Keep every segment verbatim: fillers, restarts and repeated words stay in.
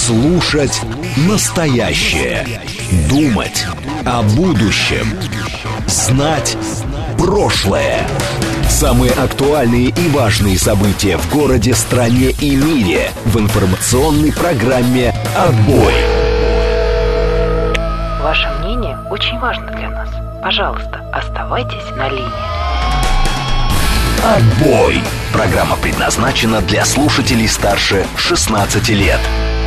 Слушать настоящее. Думать о будущем. Знать прошлое. Самые актуальные и важные события в городе, стране и мире в информационной программе «Отбой». Ваше мнение очень важно для нас. Пожалуйста, оставайтесь на линии. «Отбой». Программа предназначена для слушателей старше шестнадцати лет.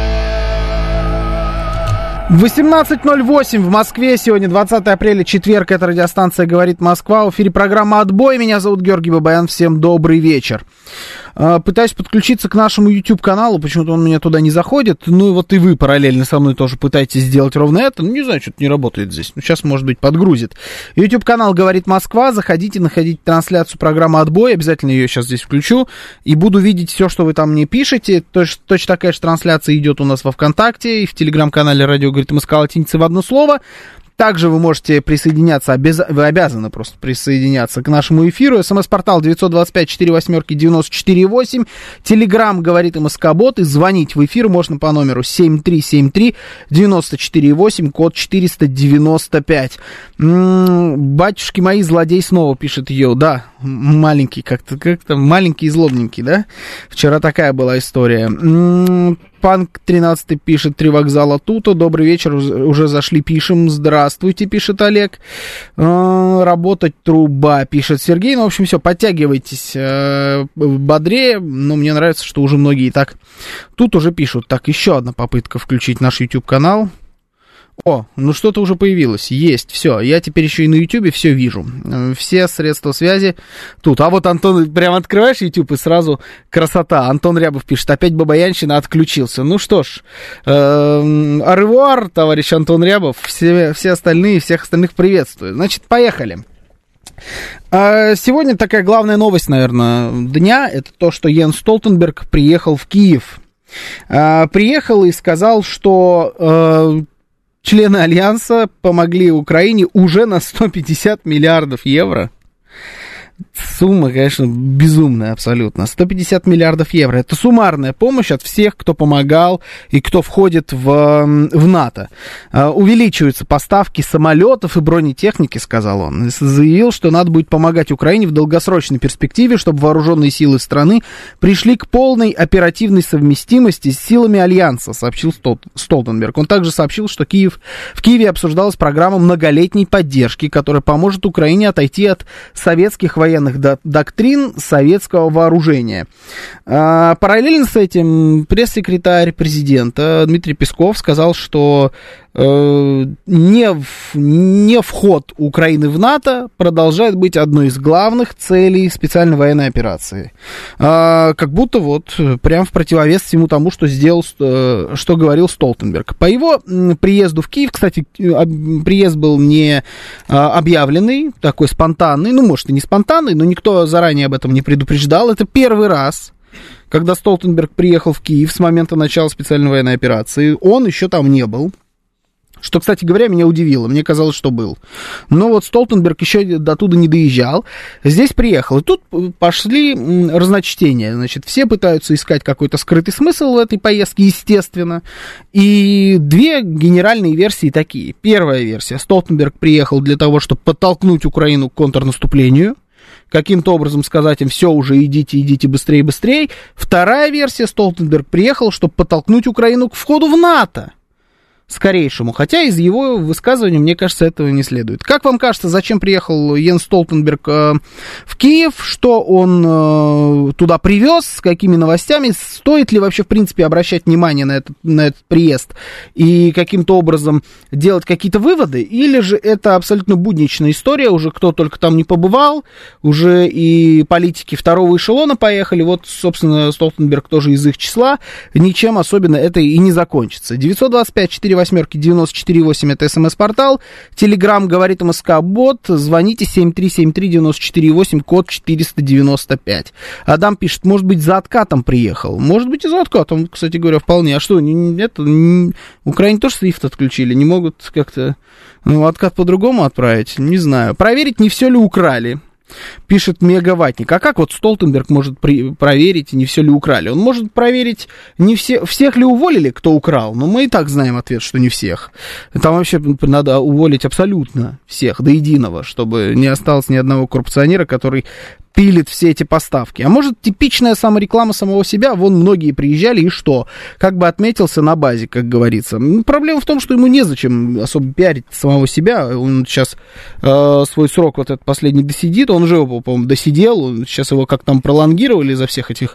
восемнадцать ноль восемь в Москве. Сегодня двадцатое апреля, четверг. Это радиостанция «Говорит Москва». В эфире программа «Отбой». Меня зовут Георгий Бабаян. Всем добрый вечер. Пытаюсь подключиться к нашему YouTube-каналу. Почему-то он у меня туда не заходит. Ну и вот и вы параллельно со мной тоже пытаетесь сделать ровно это. Ну не знаю, что-то не работает здесь. Ну сейчас, может быть, подгрузит. YouTube-канал «Говорит Москва». Заходите, находите трансляцию программы «Отбой». Обязательно ее сейчас здесь включу. И буду видеть все, что вы там мне пишете. Точно, точно такая же трансляция идет у нас во ВКонтакте и в телеграм-канале «Радио Говорит Москва» латиница в одно слово. Также вы можете присоединяться, обяз... вы обязаны просто присоединяться к нашему эфиру. СМС-портал девять два пять четыре восемь девяносто четыре восемь. Телеграм «Говорит МСК-бот». И звонить в эфир можно по номеру семь три семь три девяносто четыре восемь, код четыреста девяносто пять. М-м, батюшки мои, злодей снова, пишет Йо. Да, маленький, как-то, как-то маленький и злобненький, да? Вчера такая была история. М-м, Панк тринадцатый пишет: три вокзала тута. Добрый вечер, уже зашли, пишем. Здравствуйте, пишет Олег. Э, работать труба, пишет Сергей. Ну, в общем, все, подтягивайтесь э, бодрее. Но мне нравится, что уже многие и так тут уже пишут. Так, еще одна попытка включить наш YouTube-канал. О, ну что-то уже появилось. Есть, все. Я теперь еще и на Ютубе все вижу. Все средства связи тут. А вот, Антон, прям открываешь YouTube и сразу красота. Антон Рябов пишет: опять бабаянщина, отключился. Ну что ж, э, аревуар, товарищ Антон Рябов. Все, все остальные, всех остальных приветствую. Значит, поехали. Сегодня такая главная новость, наверное, дня. Это то, что Йенс Столтенберг приехал в Киев. Приехал и сказал, что... члены Альянса помогли Украине уже на сто пятьдесят миллиардов евро. Сумма, конечно, безумная абсолютно. сто пятьдесят миллиардов евро. Это суммарная помощь от всех, кто помогал и кто входит в, в НАТО. Увеличиваются поставки самолетов и бронетехники, сказал он. Заявил, что надо будет помогать Украине в долгосрочной перспективе, чтобы вооруженные силы страны пришли к полной оперативной совместимости с силами Альянса, сообщил Столтенберг. Он также сообщил, что Киев, в Киеве обсуждалась программа многолетней поддержки, которая поможет Украине отойти от советских военных военных доктрин советского вооружения. А, параллельно с этим пресс-секретарь президента Дмитрий Песков сказал, что э, не, в, не вход Украины в НАТО продолжает быть одной из главных целей специальной военной операции. А, как будто вот прям в противовес всему тому, что сделал, что говорил Столтенберг. По его приезду в Киев, кстати, приезд был не объявленный, такой спонтанный, ну, может, и не спонтанный, но никто заранее об этом не предупреждал. Это первый раз, когда Столтенберг приехал в Киев с момента начала специальной военной операции. Он еще там не был. Что, кстати говоря, меня удивило. Мне казалось, что был. Но вот Столтенберг еще до туда не доезжал. Здесь приехал. И тут пошли разночтения. Значит, все пытаются искать какой-то скрытый смысл в этой поездке, естественно. И две генеральные версии такие. Первая версия. Столтенберг приехал для того, чтобы подтолкнуть Украину к контрнаступлению. Каким-то образом сказать им: все, уже идите, идите быстрее, быстрее. Вторая версия. Столтенберг приехал, чтобы подтолкнуть Украину к входу в НАТО. Скорейшему. Хотя из его высказывания, мне кажется, этого не следует. Как вам кажется, зачем приехал Йенс Столтенберг э, в Киев? Что он э, туда привез? С какими новостями? Стоит ли вообще, в принципе, обращать внимание на этот, на этот приезд и каким-то образом делать какие-то выводы? Или же это абсолютно будничная история? Уже кто только там не побывал, уже и политики второго эшелона поехали. Вот, собственно, Столтенберг тоже из их числа. Ничем особенно это и не закончится. девять два пять четыре восьмерки девяносто четыре восемь, это смс-портал. Телеграм «Говорит МСК-бот». Звоните семь три семь три девяносто четыре восемь, код четыреста девяносто пять. Адам пишет: может быть, за откатом приехал. Может быть, и за откатом, кстати говоря, вполне. А что, не, это, не, Украине тоже свифт отключили? Не могут как-то ну, откат по-другому отправить? Не знаю. Проверить, не все ли украли. Пишет Мегаватник. А как вот Столтенберг может при, проверить, не все ли украли? Он может проверить, не все, всех ли уволили, кто украл. Но мы и так знаем ответ, что не всех. Там вообще надо уволить абсолютно всех, до единого, чтобы не осталось ни одного коррупционера, который пилит все эти поставки. А может, типичная самореклама самого себя, вон многие приезжали, и что? Как бы отметился на базе, как говорится. Ну, проблема в том, что ему незачем особо пиарить самого себя. Он сейчас э, свой срок вот этот последний досидит, он уже его, по-моему, досидел, он, сейчас его как там пролонгировали из-за всех этих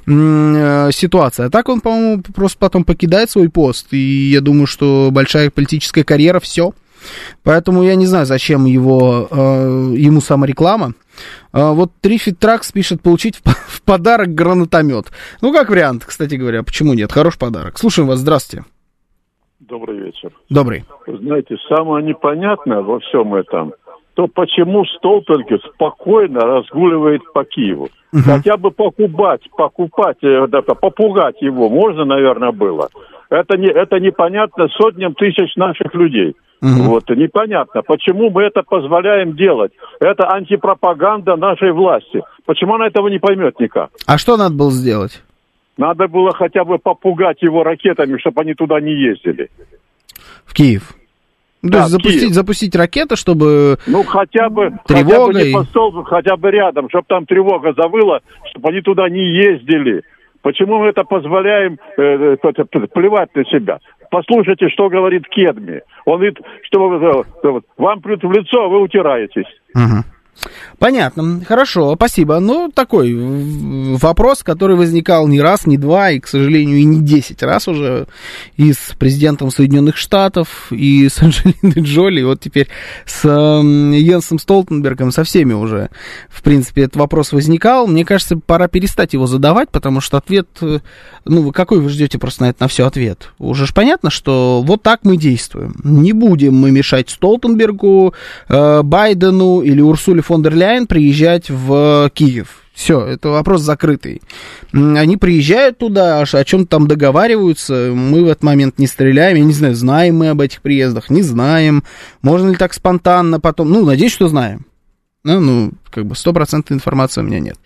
э, ситуаций. А так он, по-моему, просто потом покидает свой пост, и я думаю, что большая политическая карьера, все. Поэтому я не знаю, зачем его, э, ему самореклама. Э, вот Трифит Тракс пишет, получить в, в подарок гранатомет. Ну, как вариант, кстати говоря, почему нет? Хороший подарок. Слушаем вас, здравствуйте. Добрый вечер. Добрый. Знаете, самое непонятное во всем этом, то почему Столтенберг спокойно разгуливает по Киеву. Угу. Хотя бы покупать, покупать, попугать его можно, наверное, было. Это, не, это непонятно сотням тысяч наших людей. Угу. Вот, непонятно, почему мы это позволяем делать. Это антипропаганда нашей власти. Почему она этого не поймет никак? А что надо было сделать? Надо было хотя бы попугать его ракетами, чтобы они туда не ездили. В Киев? Ну, да, то есть запустить, запустить ракеты, чтобы... Ну, хотя бы, тревога хотя бы не и... по столбу, хотя бы рядом, чтобы там тревога завыла, чтобы они туда не ездили. Почему мы это позволяем э, э, плевать на себя? Послушайте, что говорит Кедми. Он говорит, что э, вам плюют в лицо, а вы утираетесь. Угу. Понятно, хорошо, спасибо. Ну, такой вопрос, который возникал не раз, не два, и, к сожалению, и не десять раз уже и с президентом Соединенных Штатов, и с Анджелиной Джоли, и вот теперь с э, Йенсом Столтенбергом, со всеми уже, в принципе, этот вопрос возникал. Мне кажется, пора перестать его задавать, потому что ответ, ну, какой вы ждете просто на это на все ответ? Уже ж понятно, что вот так мы действуем. Не будем мы мешать Столтенбергу, э, Байдену или Урсуле фон дер Ляйен приезжать в Киев. Все, это вопрос закрытый. Они приезжают туда, о чем-то там договариваются, мы в этот момент не стреляем, я не знаю, знаем мы об этих приездах, не знаем, можно ли так спонтанно потом, ну, надеюсь, что знаем. Ну, ну как бы стопроцентной информации у меня нет.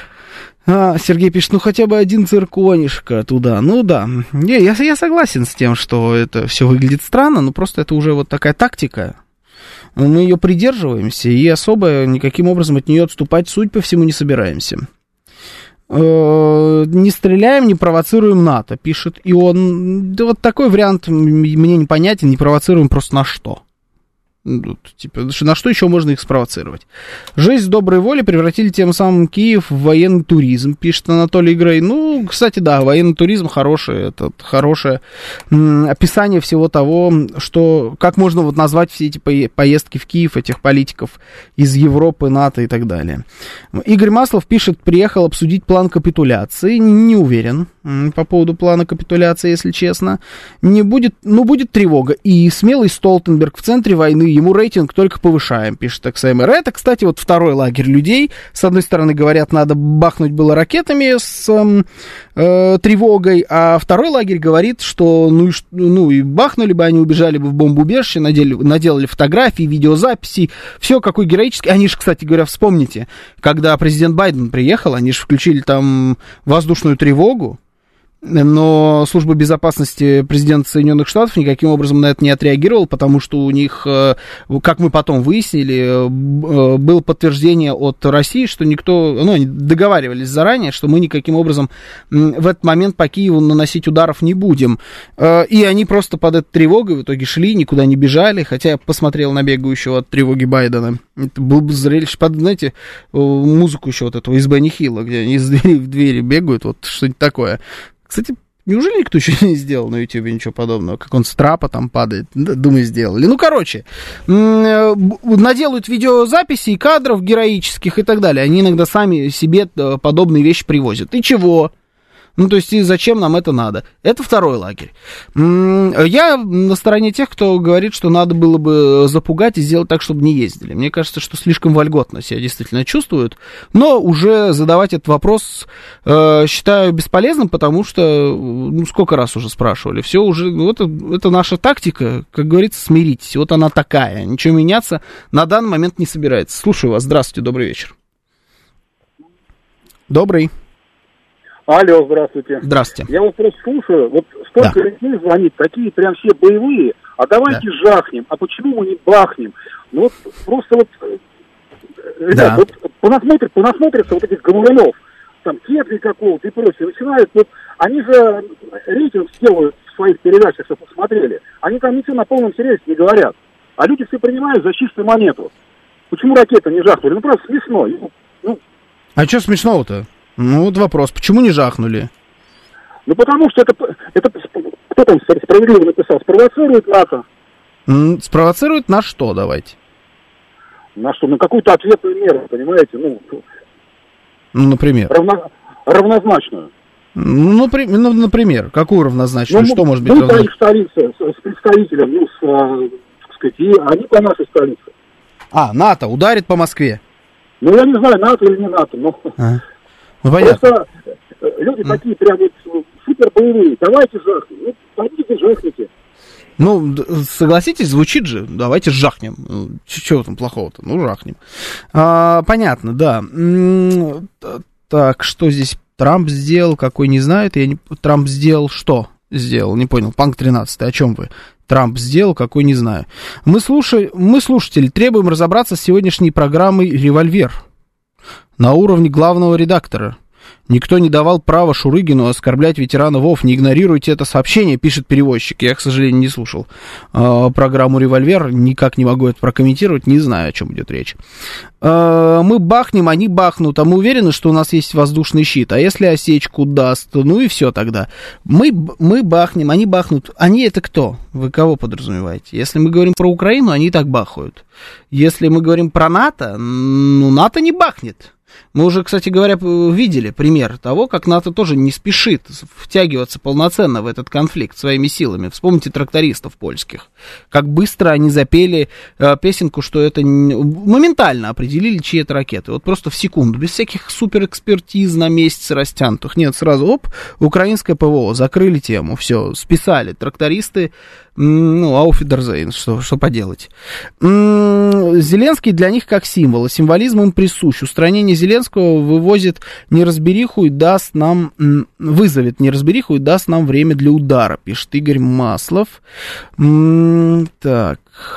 А, Сергей пишет, ну хотя бы один цирконишко туда. Ну да, я, я, я согласен с тем, что это все выглядит странно, но просто это уже вот такая тактика. Мы ее придерживаемся и особо никаким образом от нее отступать, суть по всему, не собираемся. Не стреляем, не провоцируем НАТО, пишет. И он, да вот такой вариант мне непонятен, не провоцируем просто на что? Типа, на что еще можно их спровоцировать? Жизнь с доброй воли превратили тем самым Киев в военный туризм, пишет Анатолий Грей. Ну, кстати, да, военный туризм хороший, это хорошее м, описание всего того, что, как можно вот назвать все эти поездки в Киев, этих политиков из Европы, НАТО и так далее. Игорь Маслов пишет, приехал обсудить план капитуляции, не уверен м, по поводу плана капитуляции, если честно. Не будет, ну, будет тревога. И смелый Столтенберг в центре войны, ему рейтинг только повышаем, пишет икс эм эр. Это, кстати, вот второй лагерь людей. С одной стороны, говорят, надо бахнуть было ракетами с э, тревогой, а второй лагерь говорит, что ну и, ну и бахнули бы, они убежали бы в бомбоубежище, надели, наделали фотографии, видеозаписи, все какой героический. Они же, кстати говоря, вспомните, когда президент Байден приехал, они же включили там воздушную тревогу, но служба безопасности президента Соединенных Штатов никаким образом на это не отреагировала, потому что у них, как мы потом выяснили, было подтверждение от России, что никто, ну, они договаривались заранее, что мы никаким образом в этот момент по Киеву наносить ударов не будем. И они просто под этой тревогой в итоге шли, никуда не бежали, хотя я посмотрел на бегающего от тревоги Байдена. Это был бы зрелище, под, знаете, музыку еще вот этого из Бенни Хилла, где они из двери в двери бегают, вот что-нибудь такое. Кстати, неужели никто еще не сделал на Ютубе ничего подобного? Как он с трапа там падает? Думаю, сделали. Ну, короче, наделают видеозаписи и кадров героических и так далее. Они иногда сами себе подобные вещи привозят. И чего? Ну, то есть, и зачем нам это надо? Это второй лагерь. Я на стороне тех, кто говорит, что надо было бы запугать и сделать так, чтобы не ездили. Мне кажется, что слишком вольготно себя действительно чувствуют. Но уже задавать этот вопрос э, считаю бесполезным, потому что, ну, сколько раз уже спрашивали. Все уже, ну, это, это наша тактика, как говорится, смиритесь. Вот она такая. Ничего меняться на данный момент не собирается. Слушаю вас. Здравствуйте, добрый вечер. Добрый. Алло, здравствуйте. Здравствуйте. Я вас просто слушаю, вот столько Да. людей звонит, такие прям все боевые, а давайте Да. жахнем, а почему мы не бахнем? Ну вот просто вот, э, ребят, Да. вот понасмотрят, понасмотрятся вот этих говорунов, там, Кедри какого-то и прочее, начинают, вот, они же рейтинг сделают в своих передачах, чтобы посмотрели, они там ничего на полном серьезе не говорят, а люди все принимают за чистую монету. Почему ракеты не жахнули? Ну просто смешно. Ну, А что смешного-то? Ну, вот вопрос, почему не жахнули? Ну, потому что это, это кто там справедливо написал, спровоцирует НАТО. М, Спровоцирует на что, давайте? На что? На какую-то ответную меру, понимаете? Ну, Ну, например. равно, равнозначную. Ну, напри- ну, например, какую равнозначную? Ну, что может быть мы по равнозначной? их столице, с, с представителем, ну, с, а, так сказать, и они по нашей столице. А, НАТО ударит по Москве. Ну, я не знаю, НАТО или не НАТО, но... А. Ну, понятно. Просто люди mm. такие прям вот супер боевые. Давайте жахнем. Ну, пойдите, жахните. Ну, согласитесь, звучит же. Давайте жахнем. Чего там плохого-то? Ну, жахнем. А, понятно, да. М-м- так, что здесь Трамп сделал? Какой не знает. Я не... Трамп сделал что? Сделал, не понял. Панк тринадцать, о чем вы? Трамп сделал, какой не знаю. Мы, слушай... Мы, слушатели, требуем разобраться с сегодняшней программой «Револьвер» на уровне главного редактора. Никто не давал права Шурыгину оскорблять ветерана ВОВ. Не игнорируйте это сообщение, пишет перевозчик. Я, к сожалению, не слушал э, программу «Револьвер». Никак не могу это прокомментировать. Не знаю, о чем идет речь. Э, мы бахнем, они бахнут. А мы уверены, что у нас есть воздушный щит. А если осечку даст, ну и все тогда. Мы, мы бахнем, они бахнут. Они это кто? Вы кого подразумеваете? Если мы говорим про Украину, они и так бахают. Если мы говорим про НАТО, ну, НАТО не бахнет. Мы уже, кстати говоря, видели пример того, как НАТО тоже не спешит втягиваться полноценно в этот конфликт своими силами. Вспомните трактористов польских. Как быстро они запели э, песенку, что это не... моментально определили, чьи это ракеты. Вот просто в секунду, без всяких суперэкспертиз на месяцы растянутых. Нет, сразу, оп, украинское ПВО, закрыли тему, все, списали. Трактористы, ну, ауфидерзейн, что, что поделать. Зеленский для них как символ, а символизм им присущ. Устранение Зеленского вывозит неразбериху и даст нам, вызовет неразбериху и даст нам время для удара, пишет Игорь Маслов. Так,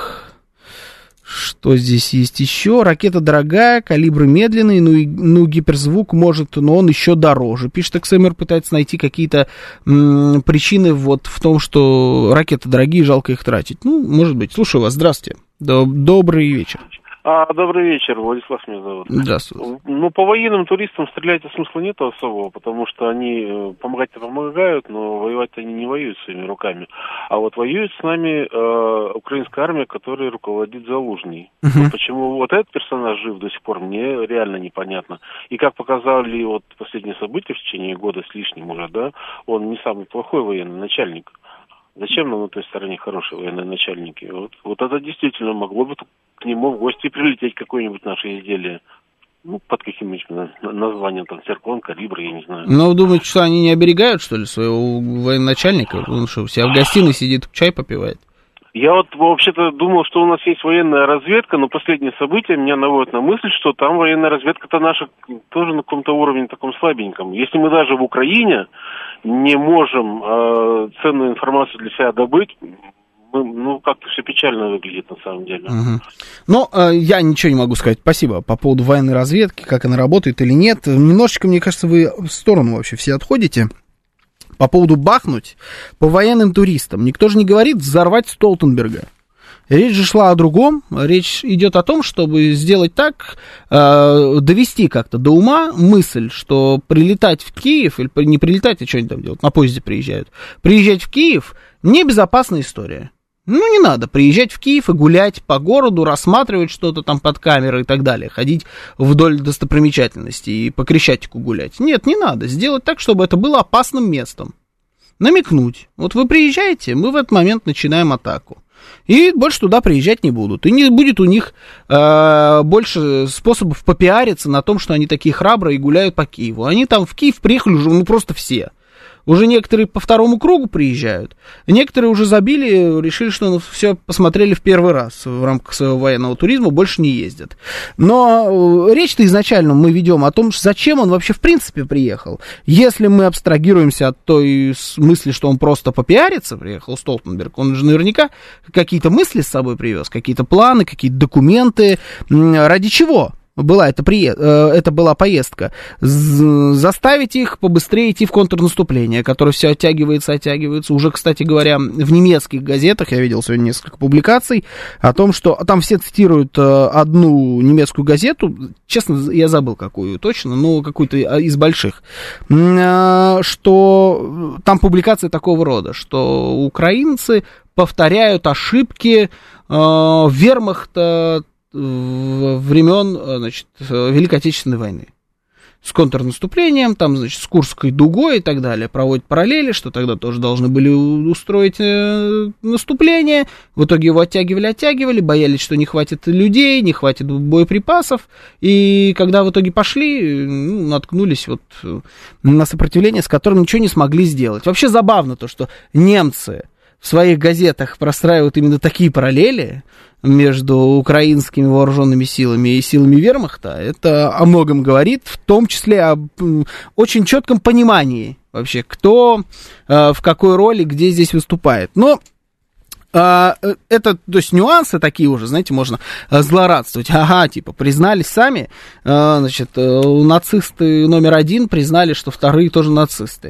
что здесь есть еще? Ракета дорогая, калибры медленные, ну, и, ну гиперзвук может, но он еще дороже. Пишет ЭксМР, пытается найти какие-то м, причины вот в том, что ракеты дорогие, жалко их тратить. Ну, может быть. Слушаю вас, здравствуйте. Добрый вечер. А, добрый вечер, Владислав меня зовут. Здравствуйте. Ну, по военным туристам стрелять смысла нет особого, потому что они помогать-то помогают, но воевать-то они не воюют своими руками. А вот воюет с нами э, украинская армия, которой руководит Залужный. Uh-huh. Почему вот этот персонаж жив до сих пор, мне реально непонятно. И как показали вот последние события в течение года с лишним уже, да, он не самый плохой военный начальник. Зачем нам на той стороне хорошие военные начальники? Вот, вот это действительно могло бы к нему в гости прилететь какое-нибудь наше изделие. Ну, под каким-нибудь названием, там, циркон, калибр, я не знаю. Ну, вы думаете, что они не оберегают, что ли, своего военачальника? Он что, у себя в гостиной сидит, чай попивает? Я вот вообще-то думал, что у нас есть военная разведка, но последние события меня наводят на мысль, что там военная разведка-то наша тоже на каком-то уровне таком слабеньком. Если мы даже в Украине не можем э, ценную информацию для себя добыть, мы, ну, как-то все печально выглядит на самом деле. Угу. Ну, э, я ничего не могу сказать. Спасибо по поводу военной разведки, как она работает или нет. Немножечко, мне кажется, вы в сторону вообще все отходите. По поводу бахнуть по военным туристам. Никто же не говорит взорвать Столтенберга. Речь же шла о другом. Речь идет о том, чтобы сделать так, э, довести как-то до ума мысль, что прилетать в Киев, или не прилетать, а что они там делают, на поезде приезжают, приезжать в Киев небезопасная история. Ну, не надо приезжать в Киев и гулять по городу, рассматривать что-то там под камерой и так далее, ходить вдоль достопримечательностей и по Крещатику гулять. Нет, не надо. Сделать так, чтобы это было опасным местом. Намекнуть. Вот вы приезжаете, мы в этот момент начинаем атаку. И больше туда приезжать не будут. И не будет у них э, больше способов попиариться на том, что они такие храбрые и гуляют по Киеву. Они там в Киев приехали уже, ну, просто все. Уже некоторые по второму кругу приезжают, некоторые уже забили, решили, что ну, все посмотрели в первый раз в рамках своего военного туризма, больше не ездят. Но речь-то изначально мы ведем о том, зачем он вообще в принципе приехал. Если мы абстрагируемся от той мысли, что он просто попиариться приехал, Столтенберг, он же наверняка какие-то мысли с собой привез, какие-то планы, какие-то документы. Ради чего? Была это, при... это была поездка. Заставить их побыстрее идти в контрнаступление, которое все оттягивается, оттягивается. Уже, кстати говоря, в немецких газетах, я видел сегодня несколько публикаций о том, что там все цитируют одну немецкую газету, честно, я забыл какую точно, но какую-то из больших, что там публикация такого рода, что украинцы повторяют ошибки вермахта времен, значит, Великой Отечественной войны. С контрнаступлением, там, значит, с Курской дугой и так далее. Проводят параллели, что тогда тоже должны были устроить э, наступление. В итоге его оттягивали, оттягивали, боялись, что не хватит людей, не хватит боеприпасов. И когда в итоге пошли, ну, наткнулись вот на сопротивление, с которым ничего не смогли сделать. Вообще забавно то, что немцы в своих газетах простраивают именно такие параллели между украинскими вооруженными силами и силами вермахта. Это о многом говорит, в том числе о очень четком понимании вообще, кто э, в какой роли, где здесь выступает. Но э, это, то есть нюансы такие уже, знаете, можно злорадствовать. Ага, типа, признались сами, э, значит, э, нацисты номер один признали, что вторые тоже нацисты.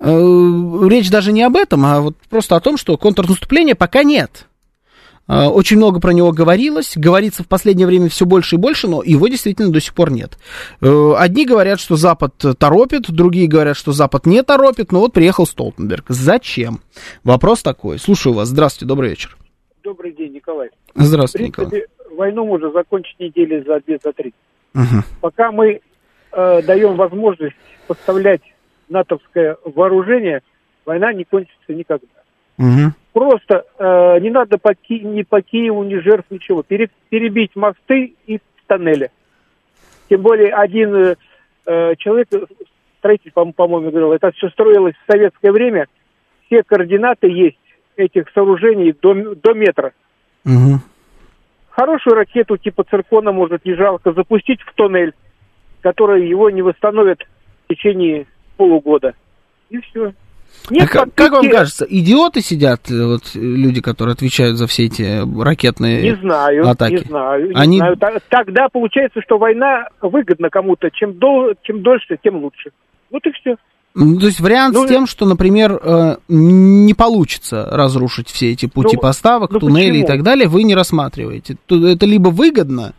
Э, речь даже не об этом, а вот просто о том, что контрнаступления пока нет. Очень много про него говорилось, говорится в последнее время все больше и больше, но его действительно до сих пор нет. Одни говорят, что Запад торопит, другие говорят, что Запад не торопит, но вот приехал Столтенберг. Зачем? Вопрос такой. Слушаю вас. Здравствуйте, добрый вечер. Добрый день, Николай. Здравствуйте, в принципе, Николай. Войну можно закончить недели за две, за три. Угу. Пока мы э, даем возможность поставлять натовское вооружение, война не кончится никогда. Угу. Просто э, не надо по Ки- ни по Киеву, ни жертв, ничего. Пере- перебить мосты и тоннели. Тем более один э, человек, строитель, по- по-моему, говорил, это все строилось в советское время. Все координаты есть этих сооружений до, до метра. Угу. Хорошую ракету типа «Циркона» может не жалко запустить в тоннель, который его не восстановит в течение полугода. И все. Нет, а как, как вам кажется, идиоты сидят, вот люди, которые отвечают за все эти ракетные не знаю, атаки? Не знаю, не Они... знаю. Тогда получается, что война выгодна кому-то. Чем, дол... чем дольше, тем лучше. Вот и все. Ну, то есть вариант ну, с тем, что, например, не получится разрушить все эти пути ну, поставок, ну, туннели почему? И так далее, вы не рассматриваете. Это либо выгодно,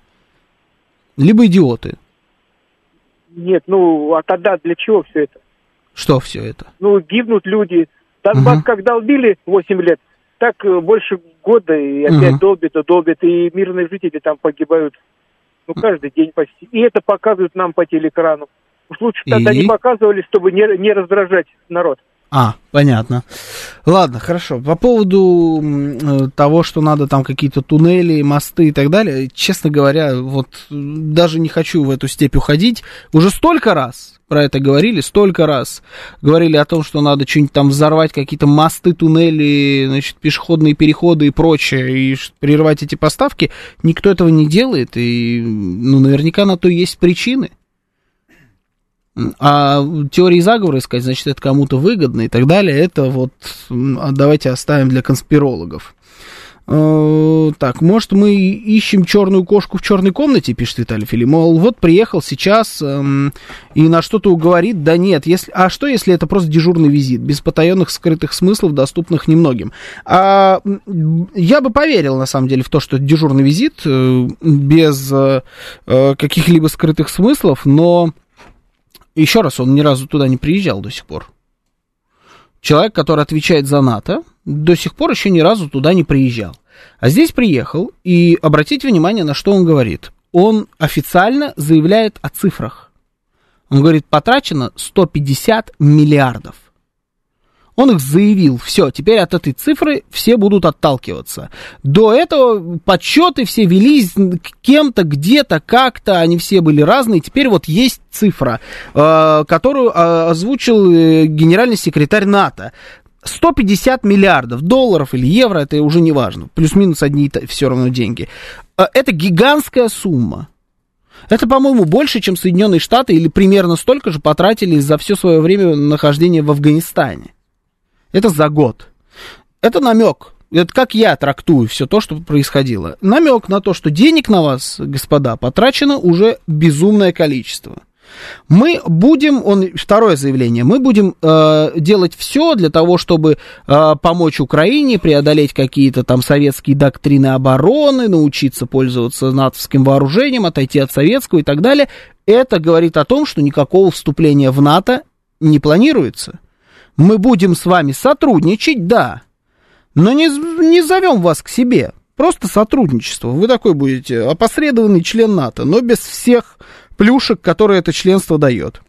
либо идиоты. Нет, ну, а тогда для чего все это? Что все это? Ну, гибнут люди. Донбасс, угу. как долбили восемь лет, так больше года и опять угу. долбят и долбят, и мирные жители там погибают, ну, каждый день почти. И это показывают нам по телеэкрану. Уж лучше и... тогда не показывали, чтобы не, не раздражать народ. А, понятно. Ладно, хорошо. По поводу э, того, что надо там какие-то туннели, мосты и так далее, честно говоря, вот даже не хочу в эту степь уходить. Уже столько раз про это говорили, столько раз говорили о том, что надо что-нибудь там взорвать, какие-то мосты, туннели, значит, пешеходные переходы и прочее, и прервать эти поставки. Никто этого не делает, и ну, наверняка на то есть причины. А теории заговора искать, значит, это кому-то выгодно и так далее, это вот давайте оставим для конспирологов. Э, так, может, мы ищем черную кошку в черной комнате, пишет Виталий Филипп. Мол, вот приехал сейчас э, и на что-то уговорит. Да нет, если, а что, если это просто дежурный визит, без потаенных скрытых смыслов, доступных немногим? А, я бы поверил, на самом деле, в то, что это дежурный визит, э, без э, каких-либо скрытых смыслов, но... Еще раз, он ни разу туда не приезжал до сих пор. Человек, который отвечает за НАТО, до сих пор еще ни разу туда не приезжал. А здесь приехал, и обратите внимание, на что он говорит. Он официально заявляет о цифрах. Он говорит, потрачено сто пятьдесят миллиардов. Он их заявил, все, теперь от этой цифры все будут отталкиваться. До этого подсчеты все велись кем-то, где-то, как-то, они все были разные. Теперь вот есть цифра, которую озвучил генеральный секретарь НАТО. сто пятьдесят миллиардов долларов или евро, это уже не важно, плюс-минус одни все равно деньги. Это гигантская сумма. Это, по-моему, больше, чем Соединенные Штаты, или примерно столько же потратили за все свое время нахождения в Афганистане. Это за год. Это намек. Это как я трактую все то, что происходило. Намек на то, что денег на вас, господа, потрачено уже безумное количество. Мы будем, он, второе заявление, мы будем э, делать все для того, чтобы э, помочь Украине преодолеть какие-то там советские доктрины обороны, научиться пользоваться натовским вооружением, отойти от советского и так далее. Это говорит о том, что никакого вступления в НАТО не планируется. Мы будем с вами сотрудничать, да, но не, не зовем вас к себе. Просто сотрудничество. Вы такой будете опосредованный член НАТО, но без всех плюшек, которые это членство дает.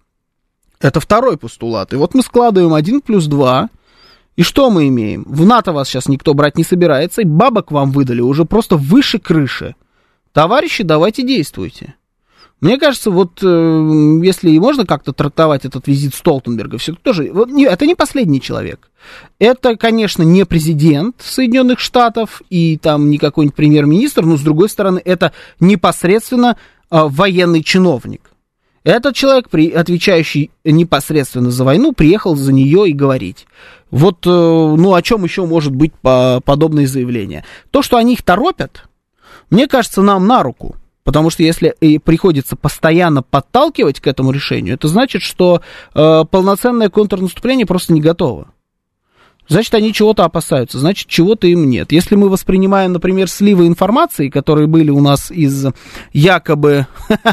Это второй постулат. И вот мы складываем один плюс два. И что мы имеем? В НАТО вас сейчас никто брать не собирается, и бабок вам выдали уже просто выше крыши. Товарищи, давайте действуйте. Мне кажется, вот э, если можно как-то трактовать этот визит Столтенберга, все тоже, вот, не, это не последний человек. Это, конечно, не президент Соединенных Штатов и там не какой-нибудь премьер-министр, но, с другой стороны, это непосредственно э, военный чиновник. Этот человек, при, отвечающий непосредственно за войну, приехал за нее и говорить. Вот, э, ну, о чем еще может быть по, подобное заявление? То, что они их торопят, мне кажется, нам на руку. Потому что если и приходится постоянно подталкивать к этому решению, это значит, что э, полноценное контрнаступление просто не готово. Значит, они чего-то опасаются, значит, чего-то им нет. Если мы воспринимаем, например, сливы информации, которые были у нас из якобы...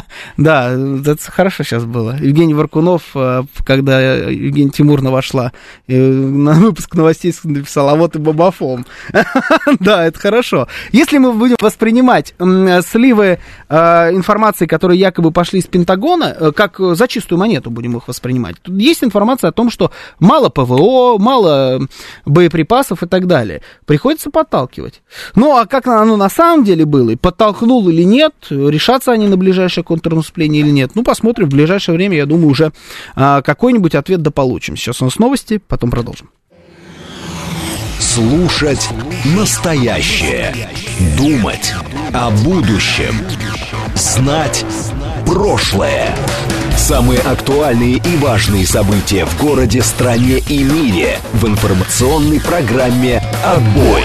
Да, это хорошо сейчас было. Евгений Варкунов, когда Евгения Тимурна вошла, на выпуск новостей написал, а вот и Бабафом. Да, это хорошо. Если мы будем воспринимать сливы информации, которые якобы пошли из Пентагона, как за чистую монету будем их воспринимать, тут есть информация о том, что мало ПВО, мало... боеприпасов и так далее. Приходится подталкивать. Ну, а как оно на самом деле было, и подтолкнул или нет, решатся они на ближайшее контрнаступление или нет, ну, посмотрим. В ближайшее время, я думаю, уже а, какой-нибудь ответ дополучим. Сейчас у нас новости, потом продолжим. Слушать настоящее. Думать о будущем. Знать прошлое. Самые актуальные и важные события в городе, стране и мире в информационной программе «Отбой».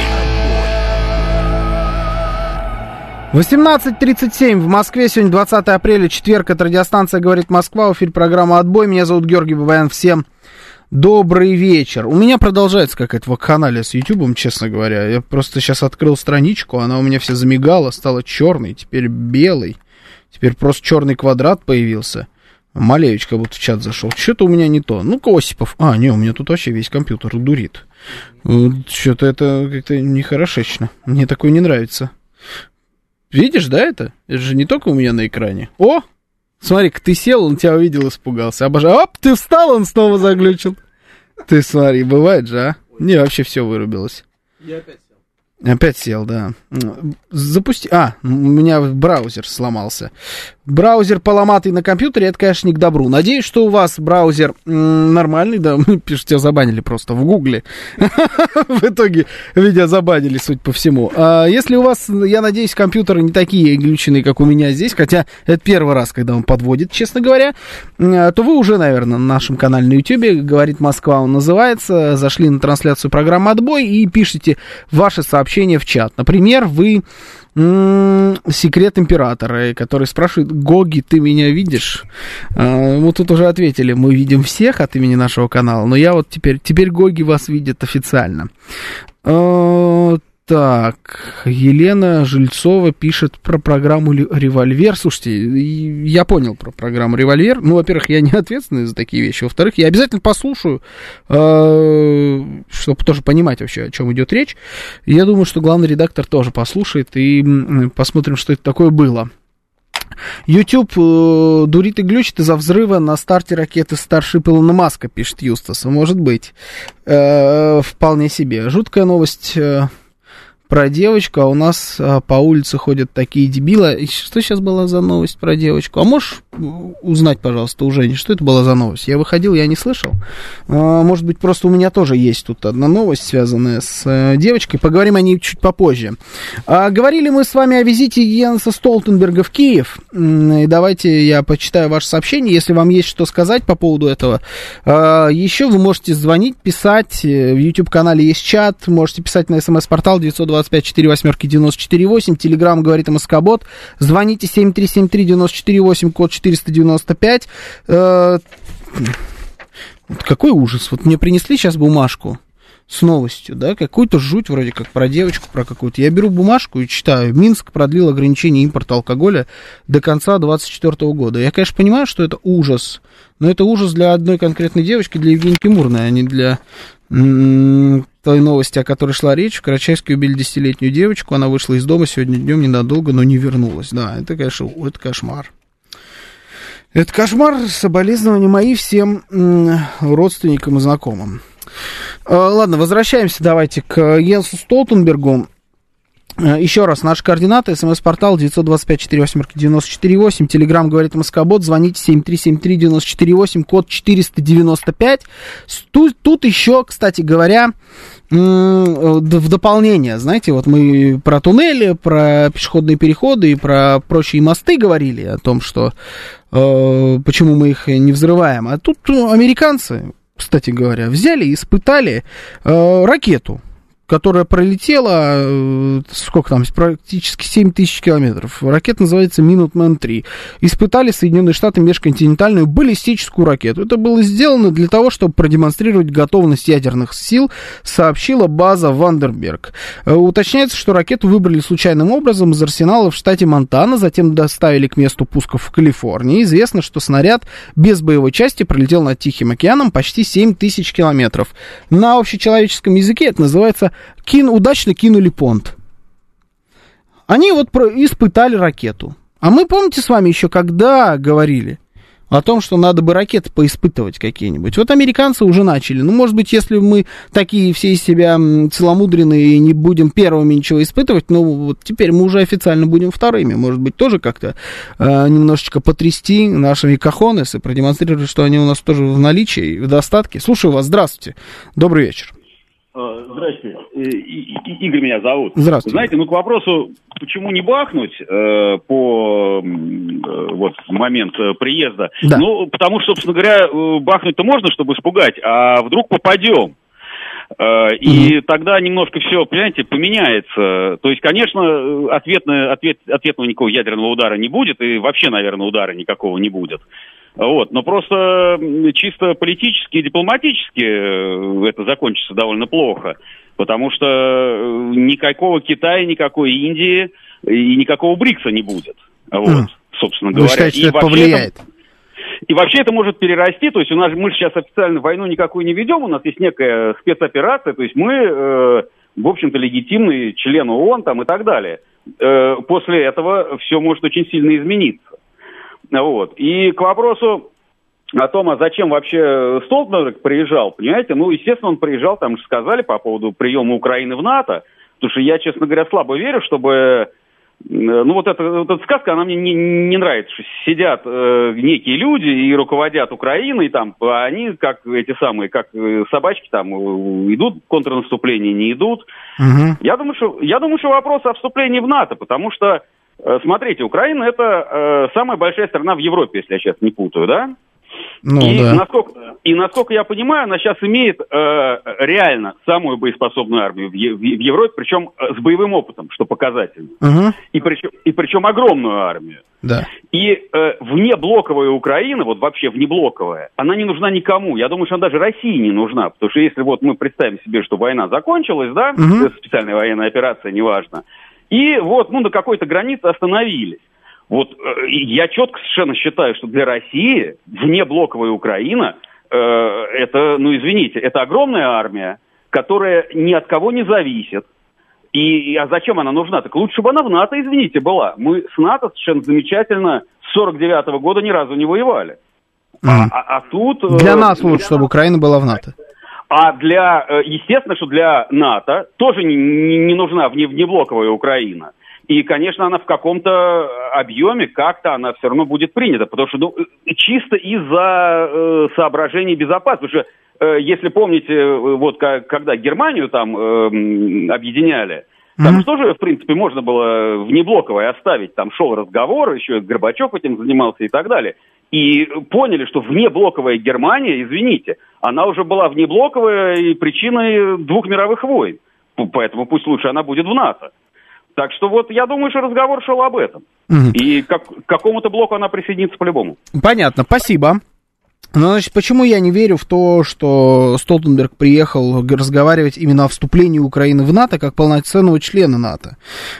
восемнадцать тридцать семь в Москве. Сегодня двадцатое апреля, четверг. Это радиостанция «Говорит Москва». В эфире программа «Отбой». Меня зовут Георгий Бабаян. Всем добрый вечер. У меня продолжается какая-то вакханалия с Ютубом, честно говоря. Я просто сейчас открыл страничку, она у меня вся замигала, стала черной, теперь белой. Теперь просто черный квадрат появился. Малевич как будто в чат зашел. Что-то у меня не то. Ну-ка, Осипов. А, не, у меня тут вообще весь компьютер дурит. Что-то это как-то нехорошечно. Мне такое не нравится. Видишь, да, это? Это же не только у меня на экране. О! Смотри-ка, ты сел, он тебя увидел, испугался. Обожаю. Оп, ты встал, он снова заглючил. Ты смотри, бывает же, а? Не, вообще все вырубилось. Я опять сел. Опять сел, да. Запусти... А, у меня браузер сломался. Браузер поломатый на компьютере, это, конечно, не к добру. Надеюсь, что у вас браузер м- нормальный, да, пишут, тебя забанили просто в Гугле. В итоге меня забанили, судя по всему. А если у вас, я надеюсь, компьютеры не такие глюченные, как у меня здесь, хотя это первый раз, когда он подводит, честно говоря, то вы уже, наверное, на нашем канале на YouTube, «Говорит Москва» он называется, зашли на трансляцию программы «Отбой» и пишите ваши сообщения в чат. Например, вы... М-м, секрет императора, который спрашивает: Гоги, ты меня видишь? А, мы тут уже ответили, мы видим всех от имени нашего канала, но я вот теперь, теперь Гоги вас видит официально. А, Так, Елена Жильцова пишет про программу «Револьвер». Слушайте, я понял про программу «Револьвер». Ну, во-первых, я не ответственный за такие вещи. Во-вторых, я обязательно послушаю, чтобы тоже понимать вообще, о чем идет речь. Я думаю, что главный редактор тоже послушает, и посмотрим, что это такое было. YouTube э, дурит и глючит из-за взрыва на старте ракеты Starship Илона Маска, пишет Юстас. Может быть. Э, вполне себе. Жуткая новость... Э, про девочку, а у нас а, по улице ходят такие дебилы. И что сейчас была за новость про девочку? А можешь узнать, пожалуйста, у Жени, что это была за новость? Я выходил, я не слышал. А, может быть, просто у меня тоже есть тут одна новость, связанная с а, девочкой. Поговорим о ней чуть попозже. А, говорили мы с вами о визите Йенса Столтенберга в Киев. И давайте я почитаю ваше сообщение. Если вам есть что сказать по поводу этого, а, еще вы можете звонить, писать. В YouTube-канале есть чат. Можете писать на смс-портал девятьсот двадцать пять четыре восьмерки девяносто четыре восемь. Телеграм говорит МСК-бот. Звоните семь три семь три девяносто четыре восемь, код четыреста девяносто пять. Э, какой ужас. Вот мне принесли сейчас бумажку с новостью, да, какую-то жуть вроде как про девочку, про какую-то. Я беру бумажку и читаю. Минск продлил ограничение импорта алкоголя до конца двадцать четвёртого года. Я, конечно, понимаю, что это ужас, но это ужас для одной конкретной девочки, для Евгении Тимурной, а не для м- той новости, о которой шла речь. В Карачаевске убили десятилетнюю девочку, она вышла из дома сегодня днем ненадолго, но не вернулась. Да, это, конечно, это кошмар. Это кошмар, соболезнования мои всем м- родственникам и знакомым. Ладно, возвращаемся давайте к Йенсу Столтенбергу. Еще раз, наши координаты, смс-портал девятьсот двадцать пять четыре восьмерки девяносто четыре восемь, телеграм говорит МСК-бот, звоните семь три семь три девяносто четыре восемь, код четыреста девяносто пять. Тут, тут еще, кстати говоря, в дополнение, знаете, вот мы про туннели, про пешеходные переходы и про прочие мосты говорили, о том, что э, почему мы их не взрываем. А тут американцы, кстати говоря, взяли и испытали э, ракету, которая пролетела, э, сколько там, практически семь тысяч километров. Ракета называется Minuteman три. Испытали Соединенные Штаты межконтинентальную баллистическую ракету. Это было сделано для того, чтобы продемонстрировать готовность ядерных сил, сообщила база Вандерберг. Э, уточняется, что ракету выбрали случайным образом из арсенала в штате Монтана, затем доставили к месту пусков в Калифорнии. Известно, что снаряд без боевой части пролетел над Тихим океаном почти семь тысяч километров. На общечеловеческом языке это называется Кин, удачно кинули понт. Они вот про, испытали ракету. А мы, помните, с вами еще когда говорили о том, что надо бы ракеты поиспытывать какие-нибудь. Вот американцы уже начали. Ну, может быть, если мы такие все из себя целомудренные и не будем первыми ничего испытывать, ну, вот теперь мы уже официально будем вторыми. Может быть, тоже как-то э, немножечко потрясти нашими кохонес и продемонстрировать, что они у нас тоже в наличии и в достатке. Слушаю вас. Здравствуйте. Добрый вечер. Здравствуйте, Игорь меня зовут. Здравствуйте. Знаете, ну к вопросу, почему не бахнуть э, по э, вот момент э, приезда? Да. Ну, потому что, собственно говоря, бахнуть-то можно, чтобы испугать, а вдруг попадем. Э, и mm-hmm. тогда немножко все, понимаете, поменяется. То есть, конечно, ответного, ответ, ответного никакого ядерного удара не будет, и вообще, наверное, удара никакого не будет. Вот, но просто чисто политически и дипломатически это закончится довольно плохо, потому что никакого Китая, никакой Индии и никакого БРИКСа не будет. Вот, mm. собственно говоря. Вы считаете, и что это повлияет? Это, и вообще это может перерасти, то есть у нас мы сейчас официально войну никакую не ведем, у нас есть некая спецоперация, то есть мы, э, в общем-то, легитимный член ООН там и так далее. Э, после этого все может очень сильно измениться. Вот. И к вопросу о том, а зачем вообще Столтенберг приезжал, понимаете, ну, естественно, он приезжал, там же сказали по поводу приема Украины в НАТО, потому что я, честно говоря, слабо верю, чтобы, ну, вот эта, вот эта сказка, она мне не, не нравится, что сидят э, некие люди и руководят Украиной, там, а они, как эти самые, как собачки, там, идут в контрнаступление, не идут. Угу. Я думаю, что, я думаю, что вопрос о вступлении в НАТО, потому что смотрите, Украина это э, самая большая страна в Европе, если я сейчас не путаю, да? Ну, и, да. Насколько, и насколько я понимаю, она сейчас имеет э, реально самую боеспособную армию в, в, в Европе, причем с боевым опытом, что показательно. Uh-huh. И, причем, и причем огромную армию. Да. И э, внеблоковая Украина, вот вообще внеблоковая, она не нужна никому. Я думаю, что она даже России не нужна. Потому что если вот мы представим себе, что война закончилась, да, угу. специальная военная операция, неважно, и вот, ну, на какой-то границе остановились. Вот э, я четко совершенно считаю, что для России внеблоковая Украина, э, это, ну, извините, это огромная армия, которая ни от кого не зависит. И, а зачем она нужна? Так лучше бы она в НАТО, извините, была. Мы с НАТО совершенно замечательно с сорок девятого года ни разу не воевали. Mm. А, а, а тут... Для нас лучше, для... чтобы Украина была в НАТО. А для... Естественно, что для НАТО тоже не, не, не нужна вне, внеблоковая Украина. И, конечно, она в каком-то объеме как-то она все равно будет принята. Потому что ну, чисто из-за э, соображений безопасности. Потому что если помните, вот когда Германию там э, объединяли, там mm-hmm. тоже, в принципе, можно было внеблоковое оставить. Там шел разговор, еще Горбачев этим занимался и так далее. И поняли, что внеблоковая Германия, извините, она уже была внеблоковая и причиной двух мировых войн. Поэтому пусть лучше она будет в НАТО. Так что вот я думаю, что разговор шел об этом. Mm-hmm. И как, к какому-то блоку она присоединится по-любому. Понятно, спасибо. Ну, значит, почему я не верю в то, что Столтенберг приехал разговаривать именно о вступлении Украины в НАТО как полноценного члена НАТО?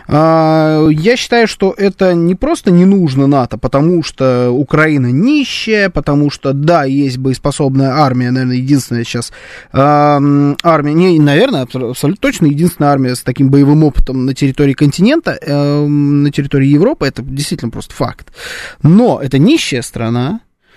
Я считаю, что это не просто не нужно НАТО, потому что Украина нищая, потому что, да, есть боеспособная армия, наверное, единственная сейчас армия, не, наверное, абсолютно точно единственная армия с таким боевым опытом на территории континента, на территории Европы, это действительно просто факт. Но это нищая страна.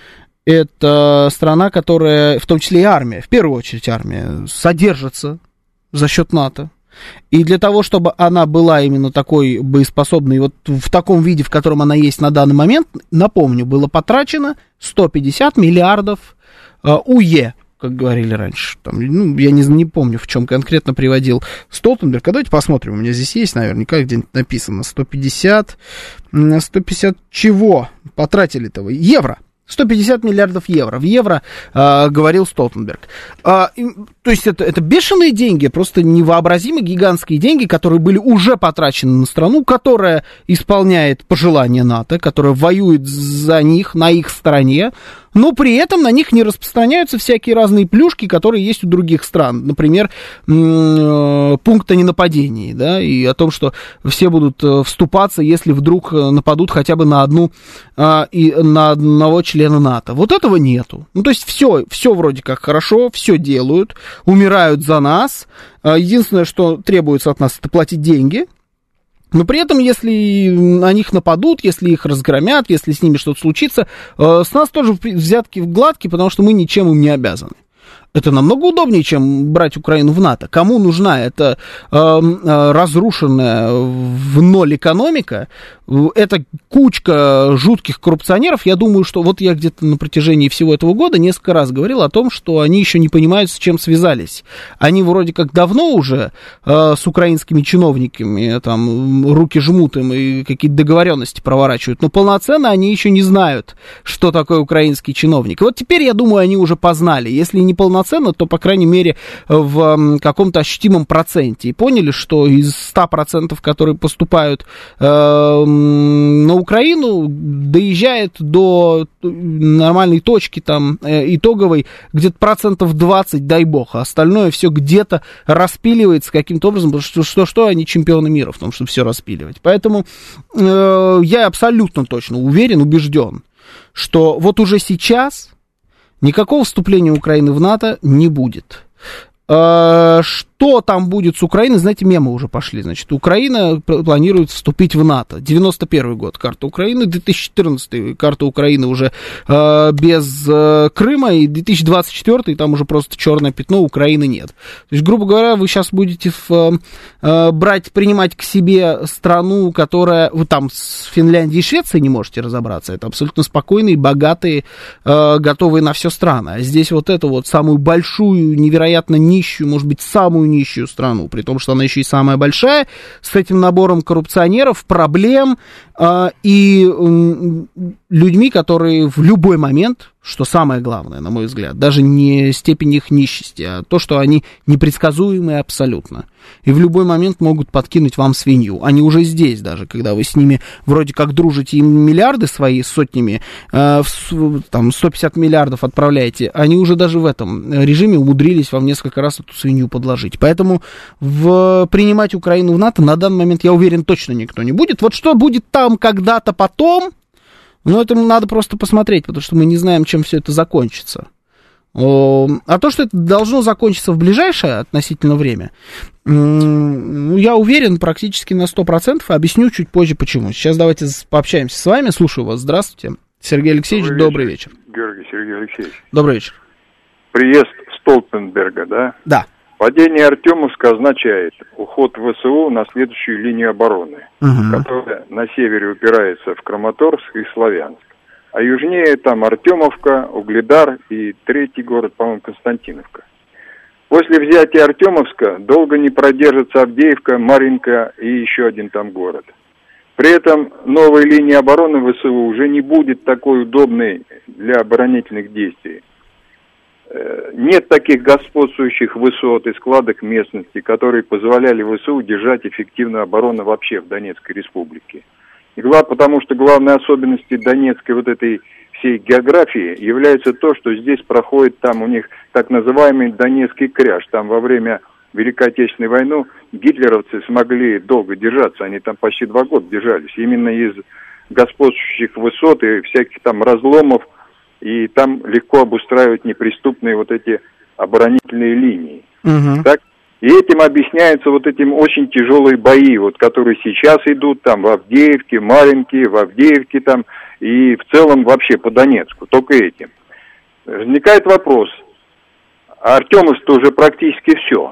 Это страна, которая, в том числе и армия, в первую очередь армия, содержится за счет НАТО. И для того, чтобы она была именно такой боеспособной, вот в таком виде, в котором она есть на данный момент, напомню, было потрачено сто пятьдесят миллиардов э, УЕ, как говорили раньше. Там, ну, я не, не помню, в чем конкретно приводил Столтенберг. А давайте посмотрим, у меня здесь есть наверняка где-нибудь написано сто пятьдесят, сто пятьдесят чего потратили-то? Евро. сто пятьдесят миллиардов евро. В евро, э, говорил Столтенберг. Э, и, то есть это, это бешеные деньги, просто невообразимо гигантские деньги, которые были уже потрачены на страну, которая исполняет пожелания НАТО, которая воюет за них, на их стороне, но при этом на них не распространяются всякие разные плюшки, которые есть у других стран. Например, м- пункт о ненападении, да, и о том, что все будут вступаться, если вдруг нападут хотя бы на одну а, и на одного члена НАТО. Вот этого нету. Ну, то есть все, все вроде как хорошо, все делают, умирают за нас. Единственное, что требуется от нас, это платить деньги. Но при этом, если на них нападут, если их разгромят, если с ними что-то случится, э, с нас тоже взятки гладкие, потому что мы ничем им не обязаны. Это намного удобнее, чем брать Украину в НАТО. Кому нужна эта э, э, разрушенная в ноль экономика? Это кучка жутких коррупционеров. Я думаю, что вот я где-то на протяжении всего этого года несколько раз говорил о том, что они еще не понимают, с чем связались. Они вроде как давно уже э, с украинскими чиновниками там руки жмут им и какие-то договоренности проворачивают, но полноценно они еще не знают, что такое украинский чиновник. И вот теперь, я думаю, они уже познали. Если не полноценно, то, по крайней мере, в каком-то ощутимом проценте. И поняли, что из ста процентов, которые поступают э, на Украину, доезжает до нормальной точки там э, итоговой где-то процентов двадцать, дай бог, а остальное все где-то распиливается каким-то образом, потому что что, что они чемпионы мира в том, чтобы все распиливать. Поэтому э, я абсолютно точно уверен, убежден, что вот уже сейчас никакого вступления Украины в НАТО не будет. Что там будет с Украиной, знаете, мемы уже пошли. Значит, Украина планирует вступить в НАТО. девяносто первый год карта Украины, две тысячи четырнадцатый карта Украины уже э, без э, Крыма, и две тысячи двадцать четвёртый там уже просто черное пятно, Украины нет. То есть, грубо говоря, вы сейчас будете в, э, брать, принимать к себе страну, которая... Вы там с Финляндией и Швецией не можете разобраться. Это абсолютно спокойные, богатые, э, готовые на все страны. А здесь вот эту вот самую большую, невероятно нищую, может быть, самую нищую страну, при том, что она еще и самая большая, с этим набором коррупционеров, проблем и людьми, которые в любой момент, что самое главное, на мой взгляд, даже не степень их нищести, а то, что они непредсказуемые абсолютно. И в любой момент могут подкинуть вам свинью. Они уже здесь даже, когда вы с ними вроде как дружите, им миллиарды свои сотнями, э, в, там сто пятьдесят миллиардов отправляете, они уже даже в этом режиме умудрились вам несколько раз эту свинью подложить. Поэтому в, принимать Украину в НАТО на данный момент, я уверен, точно никто не будет. Вот что будет там когда-то потом, ну, это надо просто посмотреть, потому что мы не знаем, чем все это закончится. А то, что это должно закончиться в ближайшее относительно время, ну, я уверен практически на сто процентов, объясню чуть позже почему. Сейчас давайте пообщаемся с вами. Слушаю вас. Здравствуйте. Сергей Алексеевич, добрый, добрый вечер. вечер. Георгий Сергей Алексеевич. Добрый вечер. Приезд Столтенберга, да? Да. Падение Артемовска означает уход ВСУ на следующую линию обороны, угу. которая на севере упирается в Краматорск и Славянск. А южнее там Артемовка, Угледар и третий город, по-моему, Константиновка. После взятия Артемовска долго не продержится Авдеевка, Марьинка и еще один там город. При этом новая линия обороны ВСУ уже не будет такой удобной для оборонительных действий. Нет таких господствующих высот и складок местности, которые позволяли ВСУ держать эффективную оборону вообще в Донецкой республике. И глав, потому что главной особенностью донецкой вот этой всей географии является то, что здесь проходит там у них так называемый Донецкий кряж. Там во время Великой Отечественной войны гитлеровцы смогли долго держаться, они там почти два года держались. Именно из господствующих высот и всяких там разломов, и там легко обустраивать неприступные вот эти оборонительные линии. Угу. Так? И этим объясняются вот этим очень тяжелые бои, вот, которые сейчас идут там в Авдеевке, Марьинке, в Авдеевке там, и в целом вообще по Донецку, только этим. Возникает вопрос, а Артемовск-то уже практически все.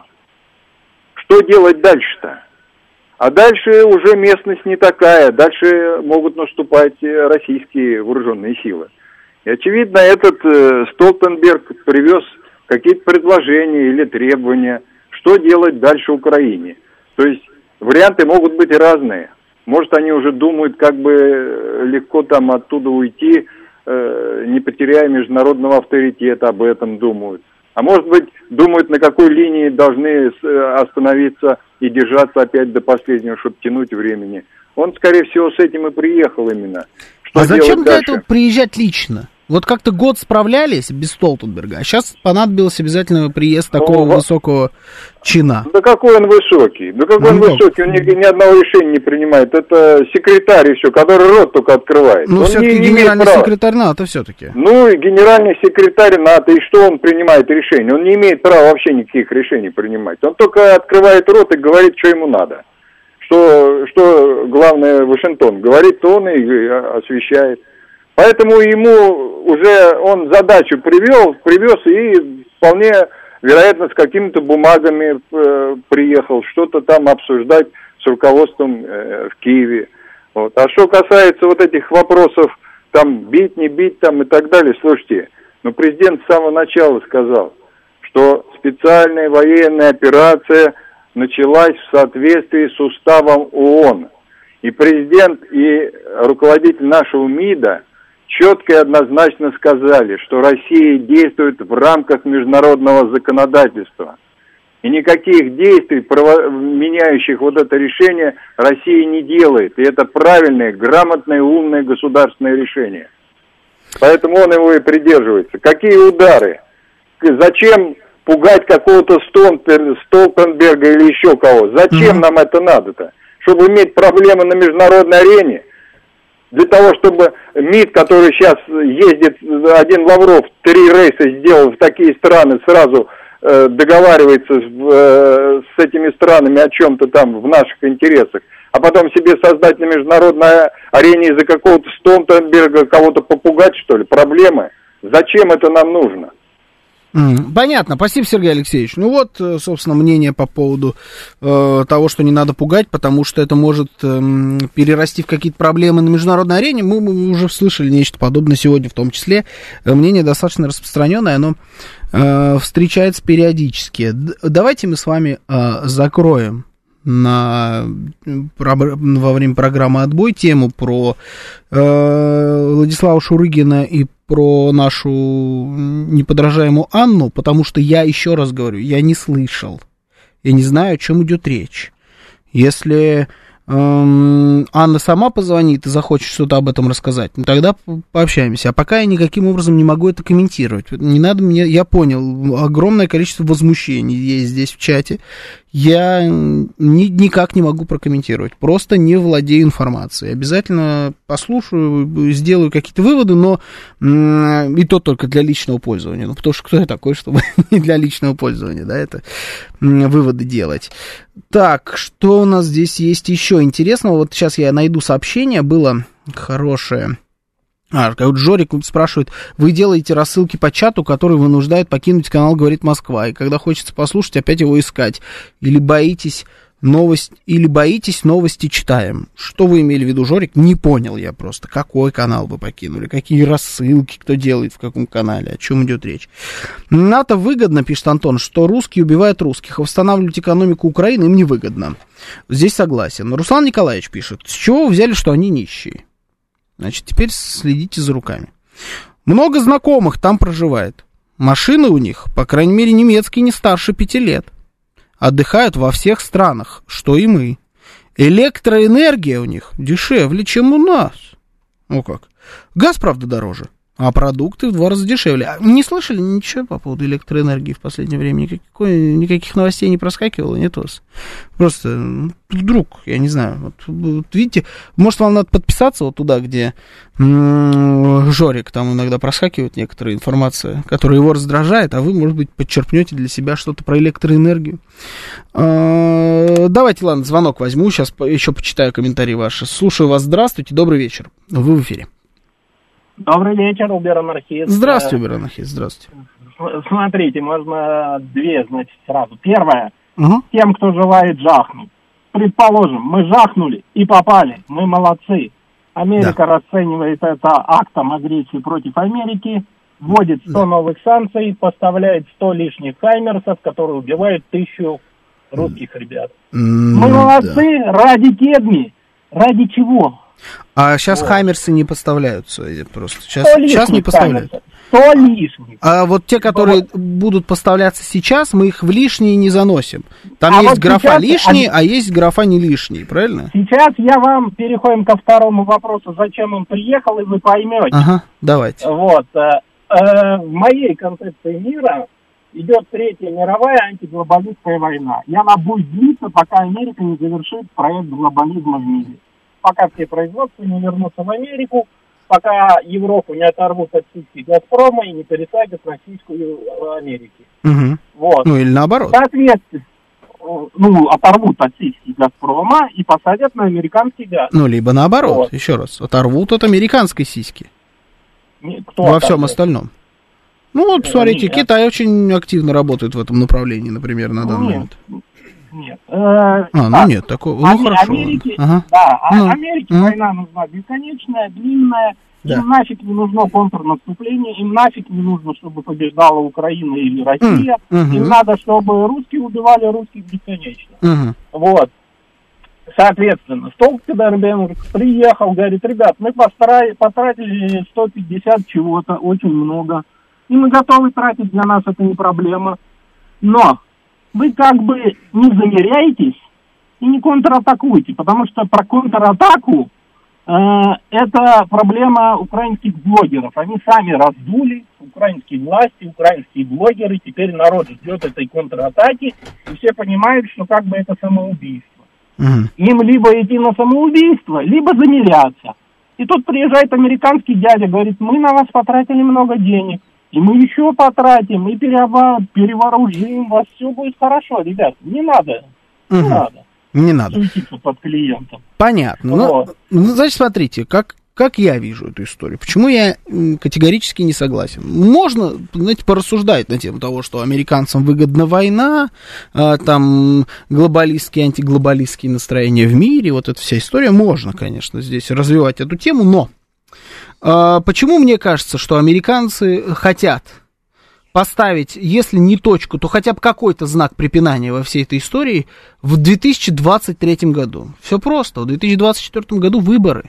Что делать дальше-то? А дальше уже местность не такая, дальше могут наступать российские вооруженные силы. И, очевидно, этот э, Столтенберг привез какие-то предложения или требования, что делать дальше Украине. То есть варианты могут быть разные. Может, они уже думают, как бы легко там оттуда уйти, э, не потеряя международного авторитета, об этом думают. А может быть, думают, на какой линии должны остановиться и держаться опять до последнего, чтобы тянуть времени. Он, скорее всего, с этим и приехал именно. Что а зачем для дальше? этого приезжать лично? Вот как-то год справлялись без Столтенберга, а сейчас понадобился обязательно приезд такого ну, высокого чина. Да какой он высокий? Да какой ну, он высокий? Он ни, ни одного решения не принимает. Это секретарь еще, который рот только открывает. Ну, он все-таки не, генеральный не секретарь НАТО все-таки. Ну, и генеральный секретарь НАТО, и что он принимает решения? Он не имеет права вообще никаких решений принимать. Он только открывает рот и говорит, что ему надо. Что, что главное, Вашингтон говорит, то он и освещает. Поэтому ему уже он задачу привел, привез и вполне вероятно с какими-то бумагами э, приехал, что-то там обсуждать с руководством э, в Киеве. Вот. А что касается вот этих вопросов, там бить, не бить там и так далее, слушайте, ну президент с самого начала сказал, что специальная военная операция началась в соответствии с уставом ООН. И президент и руководитель нашего МИДа четко и однозначно сказали, что Россия действует в рамках международного законодательства. И никаких действий, меняющих вот это решение, Россия не делает. И это правильное, грамотное, умное государственное решение. Поэтому он его и придерживается. Какие удары? Зачем пугать какого-то Столтенберга или еще кого? Зачем mm-hmm. нам это надо-то? Чтобы иметь проблемы на международной арене? Для того, чтобы МИД, который сейчас ездит, один Лавров три рейса сделал в такие страны, сразу э, договаривается с, э, с этими странами о чем-то там в наших интересах, а потом себе создать на международной арене из-за какого-то Столтенберга кого-то попугать, что ли? Проблемы? Зачем это нам нужно? Понятно, спасибо, Сергей Алексеевич. Ну вот, собственно, мнение по поводу э, того, что не надо пугать, потому что это может э, перерасти в какие-то проблемы на международной арене. Мы, мы уже слышали нечто подобное сегодня в том числе. Мнение достаточно распространенное, оно э, встречается периодически. Д- давайте мы с вами э, закроем на, во время программы «Отбой» тему про э, Владислава Шурыгина и про нашу неподражаемую Анну, потому что я, еще раз говорю, я не слышал, я не знаю, о чем идет речь. Если эм, Анна сама позвонит и захочет что-то об этом рассказать, ну, тогда пообщаемся. А пока я никаким образом не могу это комментировать. Не надо мне, я понял, огромное количество возмущений есть здесь в чате. Я ни, никак не могу прокомментировать. Просто не владею информацией. Обязательно послушаю, сделаю какие-то выводы, но м- и то только для личного пользования. Ну, потому что кто я такой, чтобы не для личного пользования, да, это м- выводы делать. Так, что у нас здесь есть еще интересного? Вот сейчас я найду сообщение, было хорошее. А, вот Жорик спрашивает, вы делаете рассылки по чату, который вынуждает покинуть канал «Говорит Москва», и когда хочется послушать, опять его искать. Или боитесь новость, или боитесь новости читаем. Что вы имели в виду, Жорик? Не понял я просто. Какой канал вы покинули? Какие рассылки, кто делает, в каком канале? О чем идет речь? НАТО выгодно, пишет Антон, что русские убивают русских, а восстанавливать экономику Украины им невыгодно. Здесь согласен. Руслан Николаевич пишет, с чего вы взяли, что они нищие? Значит, теперь следите за руками. Много знакомых там проживает. Машины у них, по крайней мере, немецкие, не старше пяти лет. Отдыхают во всех странах, что и мы. Электроэнергия у них дешевле, чем у нас. О как. Газ, правда, дороже, а продукты в два раза дешевле. Не слышали ничего по поводу электроэнергии в последнее время? Никакой, никаких новостей не проскакивало, нет у вас? Просто вдруг, я не знаю, вот, вот видите, может, вам надо подписаться вот туда, где м-м, Жорик, там иногда проскакивает некоторая информация, которая его раздражает, а вы, может быть, подчерпнете для себя что-то про электроэнергию. А, давайте, ладно, звонок возьму, сейчас еще почитаю комментарии ваши. Слушаю вас, здравствуйте, добрый вечер, вы в эфире. Добрый вечер, Убер-анархист. Здравствуйте, Убер-анархист, здравствуйте. Смотрите, можно две, значит, сразу. Первое, угу. Тем, кто желает жахнуть. Предположим, мы жахнули и попали, мы молодцы. Америка да. расценивает это актом агрессии против Америки, вводит сто да. новых санкций, поставляет сто лишних хаймерсов, которые убивают тысячу русских ребят. Mm, мы молодцы, да. ради Кедми, ради чего? А сейчас вот. Хаймерсы не поставляются просто. Сейчас, сейчас не поставляют. сто лишних. А вот те, которые вот. будут поставляться сейчас, мы их в лишние не заносим. Там а есть вот графа лишние, они... а есть графа не лишние, правильно? Сейчас я вам переходим ко второму вопросу, зачем он приехал, и вы поймете. Ага, давайте. Вот. Э, э, в моей концепции мира идет Третья мировая антиглобалистская война. И она будет длиться, пока Америка не завершит проект глобализма в мире. Пока все производства не вернутся в Америку, пока Европу не оторвут от сиськи Газпрома и не пересадят на сиську Америки. Угу. Вот. Ну или наоборот. Соответственно, ну, оторвут от сиськи Газпрома и посадят на американский газ. Ну, либо наоборот, вот. Еще раз, оторвут от американской сиськи. Кто Во оторвет? Всем остальном. Ну, вот, смотрите, нет. Китай очень активно работает в этом направлении, например, на данный нет. момент. Нет. Э, а, ну так. Нет, такого. Ну, Ами- хорошо. Америке, ага. Да, ну, Америке ну. война нужна бесконечная, длинная. Да. Им нафиг не нужно контрнаступление, им нафиг не нужно, чтобы побеждала Украина или Россия. Mm-hmm. Им надо, чтобы русские убивали русских бесконечно. Mm-hmm. Вот. Соответственно, Столтенберг приехал, говорит, ребят, мы потратили сто пятьдесят чего-то, очень много. И мы готовы тратить, для нас это не проблема. Но вы как бы не замеряетесь и не контратакуете, потому что про контратаку э, это проблема украинских блогеров. Они сами раздули, украинские власти, украинские блогеры, теперь народ ждет этой контратаки, и все понимают, что как бы это самоубийство. Uh-huh. Им либо идти на самоубийство, либо замеряться. И тут приезжает американский дядя, говорит, мы на вас потратили много денег. И мы еще потратим, и перевооружим вас, все будет хорошо, ребят. Не надо, не угу. надо. Не надо. Суетиться под клиентом. Понятно. Вот. Ну, ну, значит, смотрите, как, как я вижу эту историю. Почему я категорически не согласен? Можно, знаете, порассуждать на тему того, что американцам выгодна война, а, там глобалистские, антиглобалистские настроения в мире, вот эта вся история. Можно, конечно, здесь развивать эту тему, но... Почему мне кажется, что американцы хотят поставить, если не точку, то хотя бы какой-то знак препинания во всей этой истории в две тысячи двадцать третьем году. Все просто. В две тысячи двадцать четвёртом году выборы.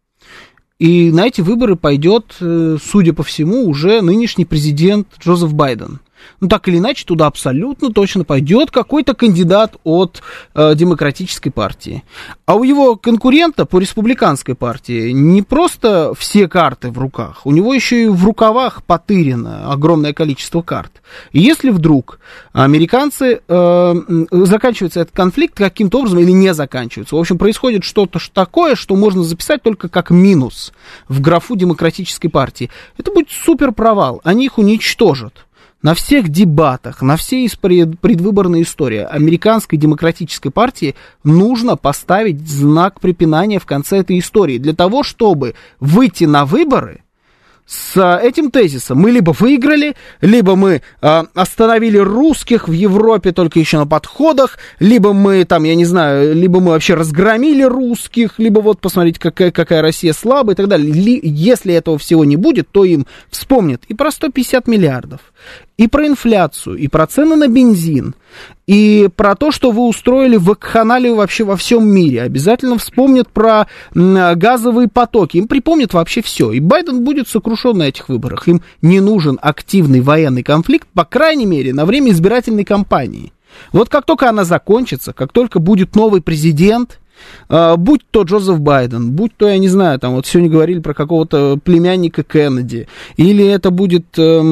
И на эти выборы пойдет, судя по всему, уже нынешний президент Джозеф Байден. Ну, так или иначе, туда абсолютно точно пойдет какой-то кандидат от э, демократической партии. А у его конкурента по республиканской партии не просто все карты в руках, у него еще и в рукавах потырено огромное количество карт. И если вдруг американцы, э, заканчивается этот конфликт каким-то образом или не заканчивается, в общем, происходит что-то такое, что можно записать только как минус в графу демократической партии, это будет супер провал, они их уничтожат. На всех дебатах, на всей предвыборной истории американской демократической партии нужно поставить знак препинания в конце этой истории для того, чтобы выйти на выборы с этим тезисом. Мы либо выиграли, либо мы э, остановили русских в Европе только еще на подходах, либо мы там, я не знаю, либо мы вообще разгромили русских, либо вот посмотрите, какая, какая Россия слабая и так далее. Ли, если этого всего не будет, то им вспомнят и про сто пятьдесят миллиардов, и про инфляцию, и про цены на бензин, и про то, что вы устроили вакханалию вообще во всем мире. Обязательно вспомнят про газовые потоки. Им припомнят вообще все. И Байден будет сокрушен на этих выборах. Им не нужен активный военный конфликт, по крайней мере, на время избирательной кампании. Вот как только она закончится, как только будет новый президент, будь то Джозеф Байден, будь то, я не знаю, там вот сегодня говорили про какого-то племянника Кеннеди, или это будет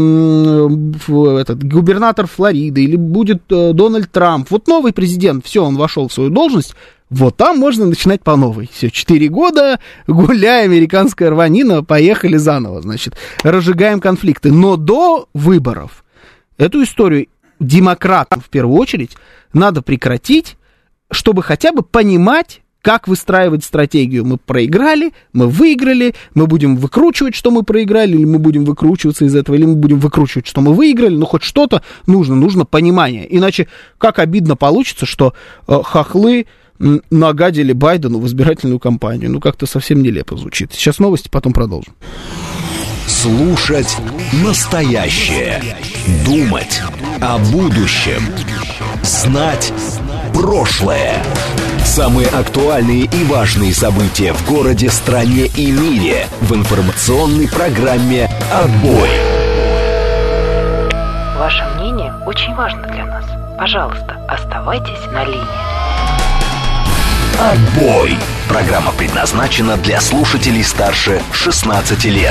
эм, этот, губернатор Флориды, или будет э, Дональд Трамп, вот новый президент, все, он вошел в свою должность, вот там можно начинать по новой. Все, четыре года, гуляй, американская рванина, поехали заново, значит, разжигаем конфликты. Но до выборов эту историю демократам, в первую очередь, надо прекратить, чтобы хотя бы понимать, как выстраивать стратегию. Мы проиграли, мы выиграли, мы будем выкручивать, что мы проиграли, или мы будем выкручиваться из этого, или мы будем выкручивать, что мы выиграли, ну хоть что-то нужно, нужно понимание. Иначе как обидно получится, что э, хохлы м, нагадили Байдену в избирательную кампанию. Ну как-то совсем нелепо звучит. Сейчас новости, потом продолжим. Слушать настоящее. Думать о будущем. Знать прошлое. Самые актуальные и важные события в городе, стране и мире в информационной программе «Отбой». Ваше мнение очень важно для нас. Пожалуйста, оставайтесь на линии. «Отбой». Программа предназначена для слушателей старше шестнадцати лет.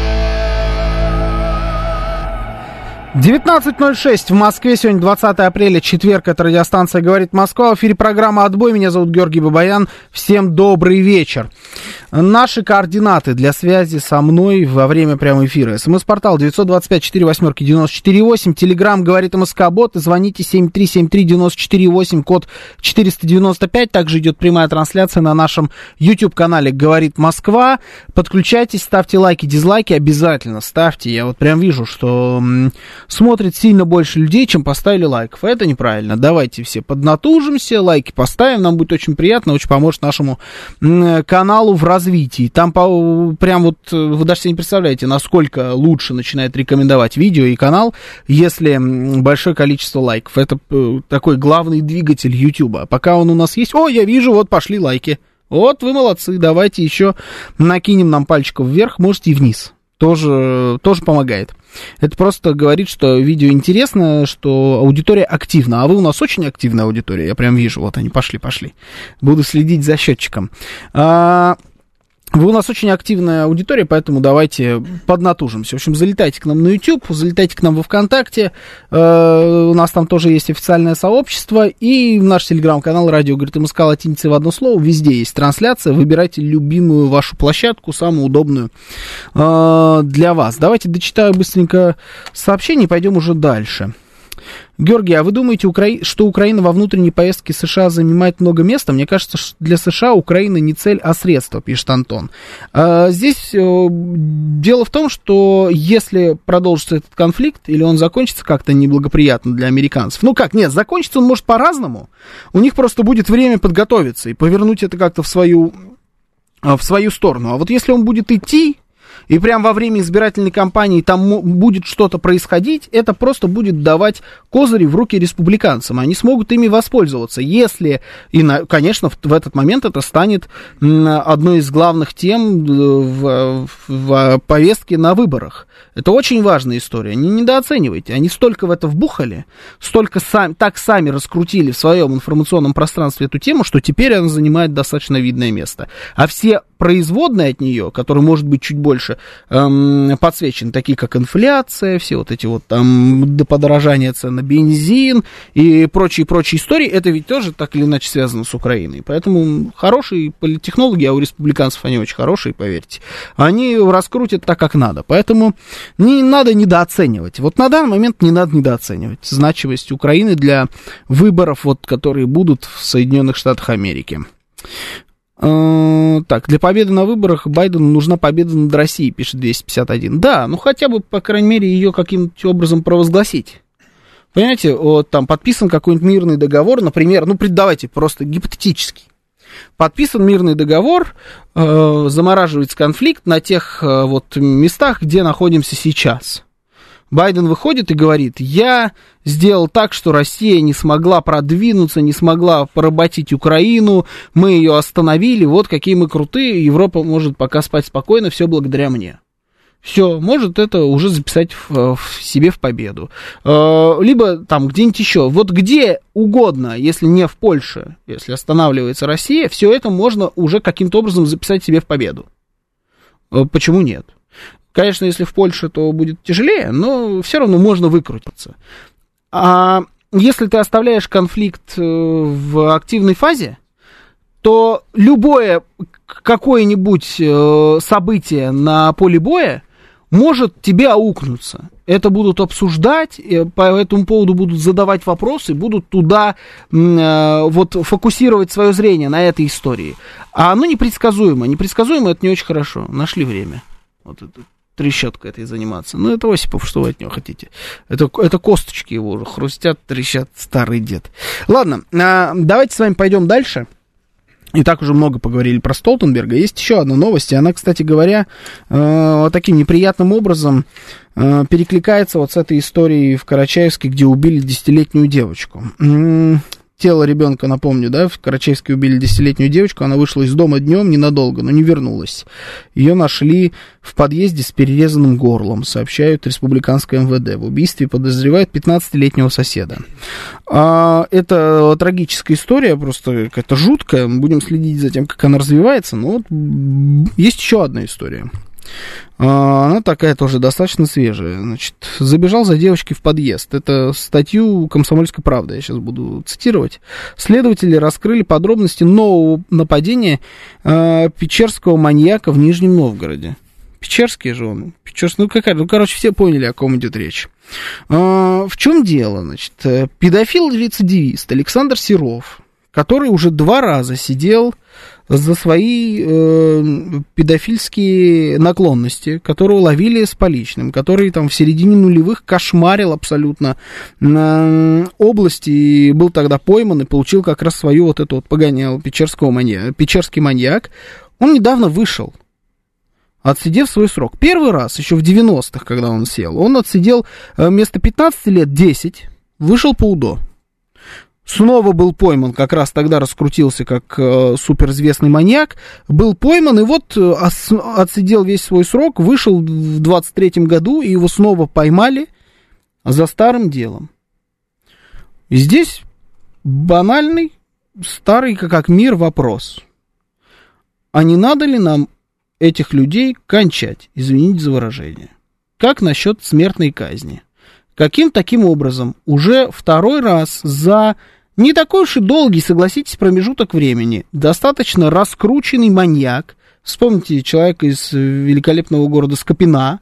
девятнадцать ноль шесть в Москве, сегодня двадцатое апреля, четверг, это радиостанция «Говорит Москва», в эфире программа «Отбой», меня зовут Георгий Бабаян, всем добрый вечер. Наши координаты для связи со мной во время прямого эфира: СМС-портал девять два пять четыре восемь девять четыре восемь, Телеграм «Говорит МСК-бот», звоните семь три семь три девять четыре восемь, код четыреста девяносто пять, также идет прямая трансляция на нашем YouTube-канале «Говорит Москва», подключайтесь, ставьте лайки, дизлайки, обязательно ставьте, я вот прям вижу, что смотрит сильно больше людей, чем поставили лайков. Это неправильно. Давайте все поднатужимся, лайки поставим, нам будет очень приятно, очень поможет нашему каналу в развитии. Там по, прям вот, вы даже себе не представляете, насколько лучше начинает рекомендовать видео и канал, если большое количество лайков. Это такой главный двигатель YouTube. Пока он у нас есть, о, я вижу, вот пошли лайки. Вот вы молодцы, давайте еще накинем нам пальчиков вверх, можете и вниз. Тоже, тоже помогает. Это просто говорит, что видео интересно, что аудитория активна. А вы у нас очень активная аудитория. Я прям вижу, вот они пошли, пошли. Буду следить за счетчиком. А, вы у нас очень активная аудитория, поэтому давайте поднатужимся. В общем, залетайте к нам на YouTube, залетайте к нам во ВКонтакте. А, у нас там тоже есть официальное сообщество. И наш телеграм-канал «Радио говорит МСК» латиницей в одно слово. Везде есть трансляция. Выбирайте любимую вашу площадку, самую удобную а, для вас. Давайте дочитаю быстренько сообщение и пойдем уже дальше. Георгий, а вы думаете, что Украина во внутренней поездке США занимает много места? Мне кажется, что для США Украина не цель, а средство, пишет Антон. Здесь дело в том, что если продолжится этот конфликт, или он закончится как-то неблагоприятно для американцев, ну как, нет, закончится он может по-разному, у них просто будет время подготовиться и повернуть это как-то в свою, в свою сторону. А вот если он будет идти, и прямо во время избирательной кампании там будет что-то происходить, это просто будет давать козыри в руки республиканцам. Они смогут ими воспользоваться, если, и, конечно, в, в этот момент это станет одной из главных тем в, в повестке на выборах. Это очень важная история, не недооценивайте. Они столько в это вбухали, столько сам, так сами раскрутили в своем информационном пространстве эту тему, что теперь она занимает достаточно видное место. А все производные от нее, которые, может быть, чуть больше эм, подсвечены, такие как инфляция, все вот эти вот там подорожание цен на бензин и прочие-прочие истории, это ведь тоже так или иначе связано с Украиной. Поэтому хорошие политтехнологи, а у республиканцев они очень хорошие, поверьте, они раскрутят так, как надо. Поэтому не надо недооценивать. Вот на данный момент не надо недооценивать значимость Украины для выборов, вот, которые будут в Соединенных Штатах Америки. Так, для победы на выборах Байдену нужна победа над Россией, пишет двести пятьдесят один. Да, ну хотя бы, по крайней мере, ее каким-то образом провозгласить. Понимаете, вот там подписан какой-нибудь мирный договор, например, ну, давайте просто гипотетически. Подписан мирный договор, э, замораживается конфликт на тех э, вот местах, где находимся сейчас. Байден выходит и говорит: я сделал так, что Россия не смогла продвинуться, не смогла поработить Украину, мы ее остановили, вот какие мы крутые, Европа может пока спать спокойно, все благодаря мне. Все, может это уже записать в, в себе в победу. Э, либо там где-нибудь еще. Вот где угодно, если не в Польше, если останавливается Россия, все это можно уже каким-то образом записать себе в победу. Э, почему нет? Конечно, если в Польше, то будет тяжелее, но все равно можно выкрутиться. А если ты оставляешь конфликт в активной фазе, то любое какое-нибудь событие на поле боя может тебе аукнуться. Это будут обсуждать, по этому поводу будут задавать вопросы, будут туда вот фокусировать свое зрение на этой истории. А оно непредсказуемо. Непредсказуемо — это не очень хорошо. Нашли время. Вот это. Трещоткой этой заниматься. Ну, это Осипов, что вы от него хотите? Это, это косточки его уже хрустят, трещат, старый дед. Ладно, а, давайте с вами пойдем дальше. И так уже много поговорили про Столтенберга. Есть еще одна новость, и она, кстати говоря, э, таким неприятным образом э, перекликается вот с этой историей в Карачаевске, где убили десятилетнюю девочку. Тело ребенка, напомню, да, в Карачаевске убили десятилетнюю девочку, она вышла из дома днем ненадолго, но не вернулась. Ее нашли в подъезде с перерезанным горлом, сообщают республиканское эм вэ дэ. В убийстве подозревают пятнадцатилетнего соседа. А, это трагическая история, просто какая-то жуткая, мы будем следить за тем, как она развивается, но вот есть еще одна история. Она такая тоже достаточно свежая. Значит, забежал за девочкой в подъезд. Это статью «Комсомольской правды», я сейчас буду цитировать. Следователи раскрыли подробности нового нападения э, печерского маньяка в Нижнем Новгороде. Печерский же он. Печерский, ну, какая, ну, короче, все поняли, о ком идет речь. Э, в чем дело? Значит, педофил-рецидивист Александр Серов, который уже два раза сидел за свои э, педофильские наклонности, которого ловили с поличным, который там в середине нулевых кошмарил абсолютно на области, и был тогда пойман и получил как раз свою вот эту вот погонял печерского маньяка, печерский маньяк. Он недавно вышел, отсидев свой срок. Первый раз, еще в девяностых, когда он сел, он отсидел вместо пятнадцати лет десять, вышел по УДО. Снова был пойман, как раз тогда раскрутился как э, суперизвестный маньяк, был пойман и вот э, ос, отсидел весь свой срок, вышел в двадцать третьем году, и его снова поймали за старым делом. И здесь банальный, старый как мир вопрос. А не надо ли нам этих людей кончать, извините за выражение? Как насчет смертной казни? Каким таким образом уже второй раз за не такой уж и долгий, согласитесь, промежуток времени достаточно раскрученный маньяк, вспомните человека из великолепного города Скопина,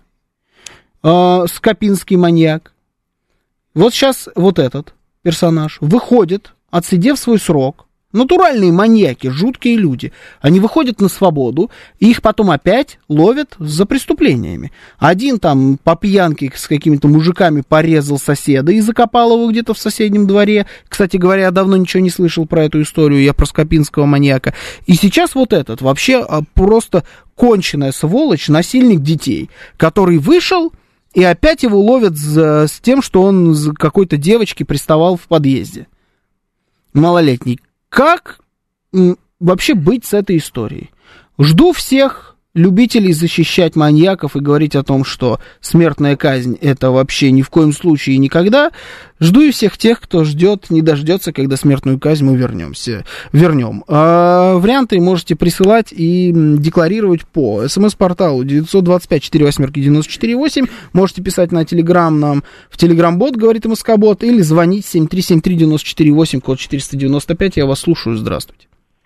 э, скопинский маньяк, вот сейчас вот этот персонаж выходит, отсидев свой срок, Натуральные маньяки, жуткие люди. Они выходят на свободу, и их потом опять ловят за преступлениями. Один там по пьянке с какими-то мужиками порезал соседа и закопал его где-то в соседнем дворе. Кстати говоря, я давно ничего не слышал про эту историю, я про скопинского маньяка. И сейчас вот этот вообще просто конченая сволочь, насильник детей, который вышел, и опять его ловят с, с тем, что он с какой-то девочке приставал в подъезде. Малолетний. Как м, вообще быть с этой историей? Жду всех любителей защищать маньяков и говорить о том, что смертная казнь это вообще ни в коем случае и никогда. Жду и всех тех, кто ждет, не дождется, когда смертную казнь мы вернемся, вернем. А, варианты можете присылать и декларировать по смс-порталу девятьсот двадцать пять сорок восемь девяносто четыре восемь. Можете писать на телеграм нам в телеграм-бот, говорит МСК-бот, или звонить семь три семь три девяносто четыре восемь, код четыреста девяносто пять. Я вас слушаю. Здравствуйте.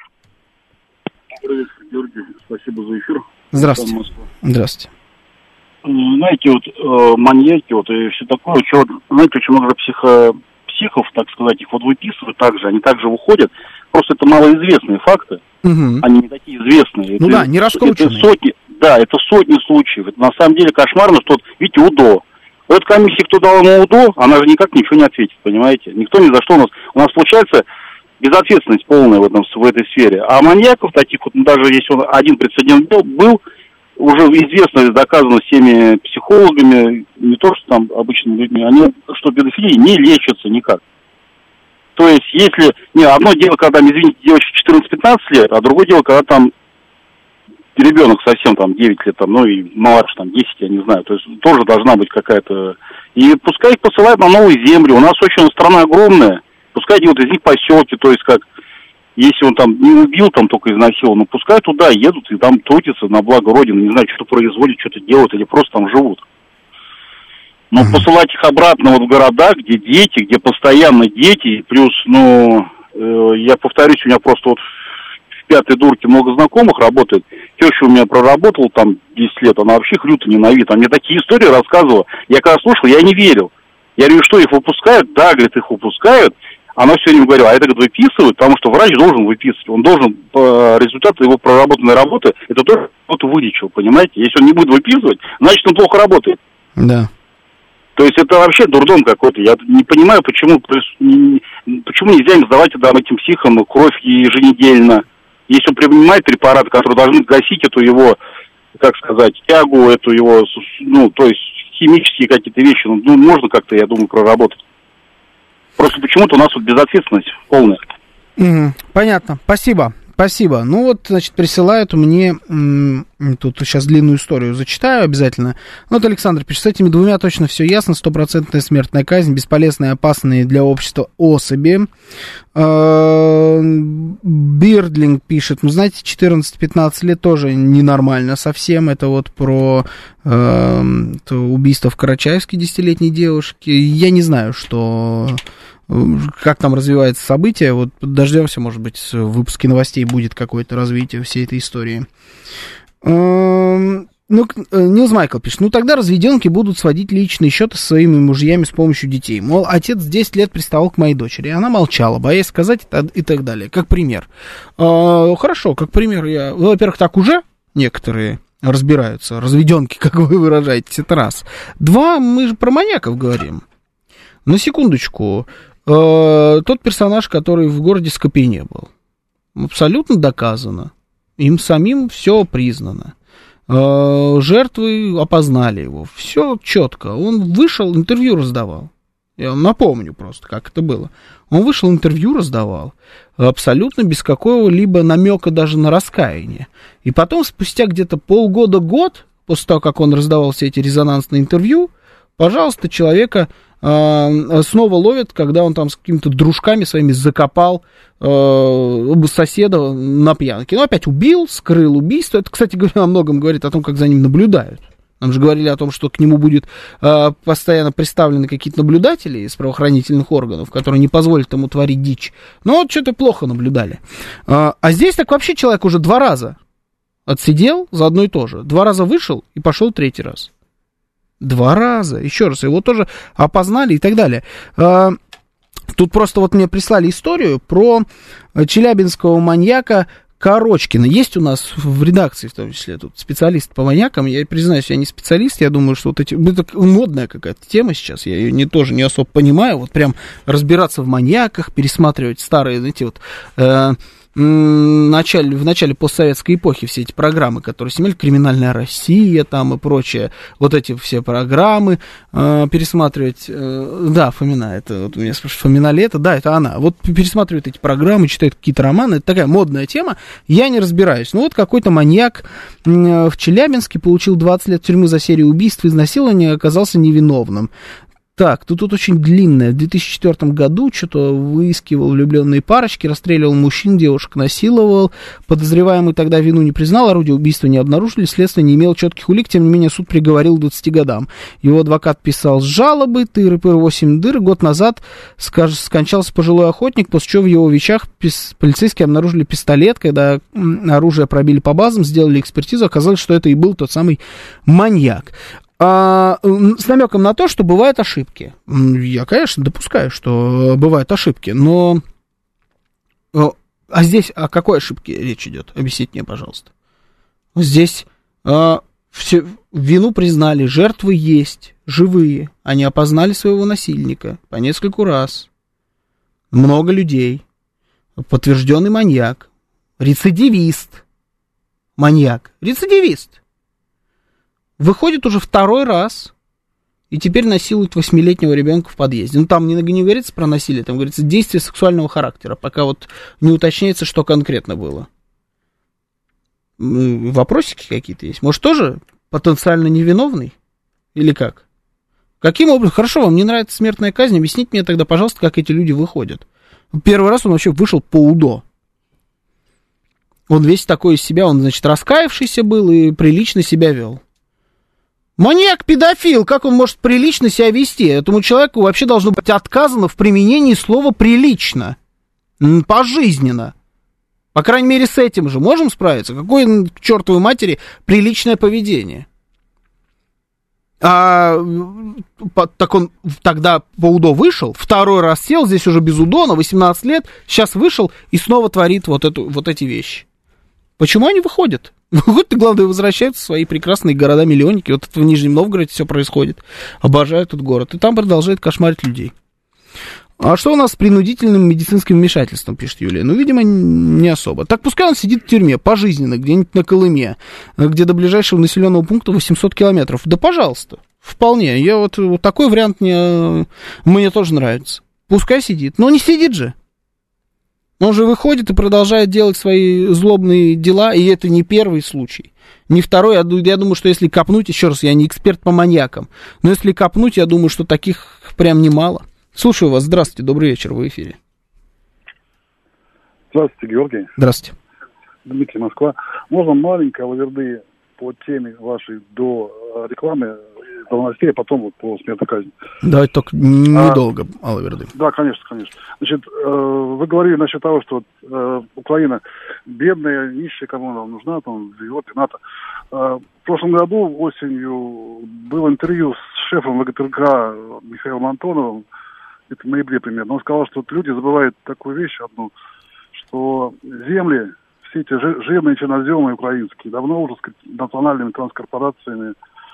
Привет, Георгий. Спасибо за эфир. Здравствуйте. Здравствуйте. Знаете, вот э, маньяки, вот и все такое, что, знаете, очень много психо, психов, так сказать, их вот выписывают также, они также выходят. Просто это малоизвестные факты, угу. Они не такие известные. Ну это, да, не раскрученные. Это сотни, да, это сотни случаев. Это на самом деле кошмарно, что, видите, УДО. Вот комиссия, кто дал ему УДО, она же никак ничего не ответит, понимаете? Никто ни за что у нас. У нас получается безответственность полная в, этом, в этой сфере. А маньяков таких вот, ну, даже если он один прецедент был, был, уже известно, доказано всеми психологами, не то, что там обычными людьми, они, что педофилии не лечатся никак. То есть, если... Не, одно дело, когда, извините, девочке четырнадцать-пятнадцать лет, а другое дело, когда там ребенок совсем там девять лет, там, ну и младше, там, десять, я не знаю. То есть, тоже должна быть какая-то... И пускай их посылают на новые земли. У нас очень страна огромная. Пускай делают из них поселки, то есть как, если он там не убил, там только изнасиловал, но пускай туда едут и там трудятся на благо Родины, не знаю, что-то производят, что-то делают или просто там живут. Но mm-hmm. посылать их обратно вот в города, где дети, где постоянно дети, плюс, ну, э, я повторюсь, у меня просто вот в пятой дурке много знакомых работает, теща у меня проработала там десять лет, она вообще их люто ненавидит, она мне такие истории рассказывала, я когда слушал, я не верил. Я говорю, что их выпускают? Да, говорит, их выпускают. Она все время говорила, а это, говорит, выписывают, потому что врач должен выписывать. Он должен, по результату его проработанной работы, это тоже кто-то вылечил, понимаете? Если он не будет выписывать, значит, он плохо работает. Да. То есть это вообще дурдом какой-то. Я не понимаю, почему, почему нельзя им сдавать там, этим психам кровь еженедельно. Если он принимает препараты, которые должны гасить эту его, как сказать, тягу, эту его, ну, то есть химические какие-то вещи, ну, можно как-то, я думаю, проработать. Просто почему-то у нас вот безответственность полная. Mm, понятно. Спасибо. Спасибо. Ну вот, значит, присылают мне, м- тут сейчас длинную историю зачитаю обязательно. Вот Александр пишет, с этими двумя точно все ясно, стопроцентная смертная казнь, бесполезные, опасные для общества особи. Бирдлинг пишет, ну, знаете, четырнадцать-пятнадцать лет тоже ненормально совсем. Это вот про э, убийство в Карачаевске десятилетней девушки. Я не знаю, что... Как там развивается событие, вот дождемся, может быть, в выпуске новостей будет какое-то развитие всей этой истории. Ну, Нилс Майкл пишет, ну тогда разведенки будут сводить личные счеты со своими мужьями с помощью детей. Мол, отец десять лет приставал к моей дочери, она молчала, боясь сказать и так далее. Как пример. Хорошо, как пример я... Во-первых, так уже некоторые разбираются, разведенки, как вы выражаетесь, это раз. Два, мы же про маньяков говорим. На секундочку, э, тот персонаж, который в городе Скопине был, абсолютно доказано, им самим все признано. Э, жертвы опознали его, все четко. Он вышел, интервью раздавал. Я вам напомню просто, как это было. Он вышел, интервью раздавал, абсолютно без какого-либо намека даже на раскаяние. И потом, спустя где-то полгода-год, после того, как он раздавал все эти резонансные интервью, пожалуйста, человека э, снова ловят, когда он там с какими-то дружками своими закопал э, соседа на пьянке. Ну, опять убил, скрыл убийство. Это, кстати говоря, о многом говорит о том, как за ним наблюдают. Нам же говорили о том, что к нему будет э, постоянно представлены какие-то наблюдатели из правоохранительных органов, которые не позволят ему творить дичь. Но вот что-то плохо наблюдали. Э, а здесь так вообще человек уже два раза отсидел за одно и то же. Два раза вышел и пошел третий раз. Два раза. Еще раз, его тоже опознали и так далее. Тут просто вот мне прислали историю про челябинского маньяка Корочкина. Есть у нас в редакции, в том числе, тут специалист по маньякам. Я признаюсь, я не специалист, я думаю, что вот эти... Это модная какая-то тема сейчас, я ее не, тоже не особо понимаю. Вот прям разбираться в маньяках, пересматривать старые, знаете, вот... Э, начале, в начале постсоветской эпохи все эти программы, которые снимали, «Криминальная Россия» там и прочее, вот эти все программы э, пересматривать, э, да, Фомина, это вот у меня спрашивают, Фомина ли это? Да, это она, вот пересматривают эти программы, читают какие-то романы, это такая модная тема, я не разбираюсь, ну вот какой-то маньяк э, в Челябинске получил двадцать лет тюрьмы за серию убийств и изнасилования, оказался невиновным. Так, тут, тут очень длинное. В две тысячи четвёртом году что-то выискивал влюбленные парочки, расстреливал мужчин, девушек насиловал. Подозреваемый тогда вину не признал, орудие убийства не обнаружили, следствие не имело четких улик, тем не менее суд приговорил к двадцати годам. Его адвокат писал с жалобы, тыры-пыры, восемь дыр. Год назад скаж, скончался пожилой охотник, после чего в его вещах пис, полицейские обнаружили пистолет, когда оружие пробили по базам, сделали экспертизу, оказалось, что это и был тот самый маньяк. А, с намеком на то, что бывают ошибки. Я, конечно, допускаю, что бывают ошибки, но... А здесь о какой ошибке речь идет? Объясните мне, пожалуйста. Здесь а, все, вину признали, жертвы есть, живые. Они опознали своего насильника по нескольку раз. Много людей. Подтвержденный маньяк. Рецидивист. Маньяк. Рецидивист. Выходит уже второй раз, и теперь насилует восьмилетнего ребенка в подъезде. Ну, там не, не говорится про насилие, там говорится действие сексуального характера, пока вот не уточняется, что конкретно было. Вопросики какие-то есть? Может, тоже потенциально невиновный? Или как? Каким образом? Хорошо, вам не нравится смертная казнь, объясните мне тогда, пожалуйста, как эти люди выходят. Первый раз он вообще вышел по УДО. Он весь такой из себя, он, значит, раскаявшийся был и прилично себя вел. Маньяк-педофил, как он может прилично себя вести? Этому человеку вообще должно быть отказано в применении слова «прилично». Пожизненно. По крайней мере, с этим же можем справиться? Какое, к чертовой матери, приличное поведение? А, так он тогда по УДО вышел, второй раз сел, здесь уже без УДО, на восемнадцать лет, сейчас вышел и снова творит вот, эту, вот эти вещи. Почему они выходят? Выходят и, главное, возвращаются в свои прекрасные города-миллионники. Вот это в Нижнем Новгороде все происходит. Обожаю этот город. И там продолжает кошмарить людей. А что у нас с принудительным медицинским вмешательством, пишет Юлия? Ну, видимо, не особо. Так пускай он сидит в тюрьме, пожизненно, где-нибудь на Колыме, где до ближайшего населенного пункта восемьсот километров. Да, пожалуйста, вполне. Я вот, вот такой вариант мне, мне тоже нравится. Пускай сидит. Но не сидит же. Он же выходит и продолжает делать свои злобные дела, и это не первый случай, не второй. Я, я думаю, что если копнуть, еще раз, я не эксперт по маньякам, но если копнуть, я думаю, что таких прям немало. Слушаю вас, здравствуйте, добрый вечер, вы в эфире. Здравствуйте, Георгий. Здравствуйте. Дмитрий, Москва. Можно маленькое лаверды по теме вашей до рекламы, до новостей, а потом вот по смертной казни. Давайте только недолго, а, Алаверды. Да, конечно, конечно. Значит, э, вы говорили насчет того, что вот, э, Украина бедная, нищая, кому она нужна, там, в Европе, НАТО. Э, в прошлом году осенью было интервью с шефом ВГТРК Михаилом Антоновым, это в ноябре примерно. Он сказал, что вот люди забывают такую вещь одну, что земли, все эти жирные черноземы украинские, давно уже с национальными транскорпорациями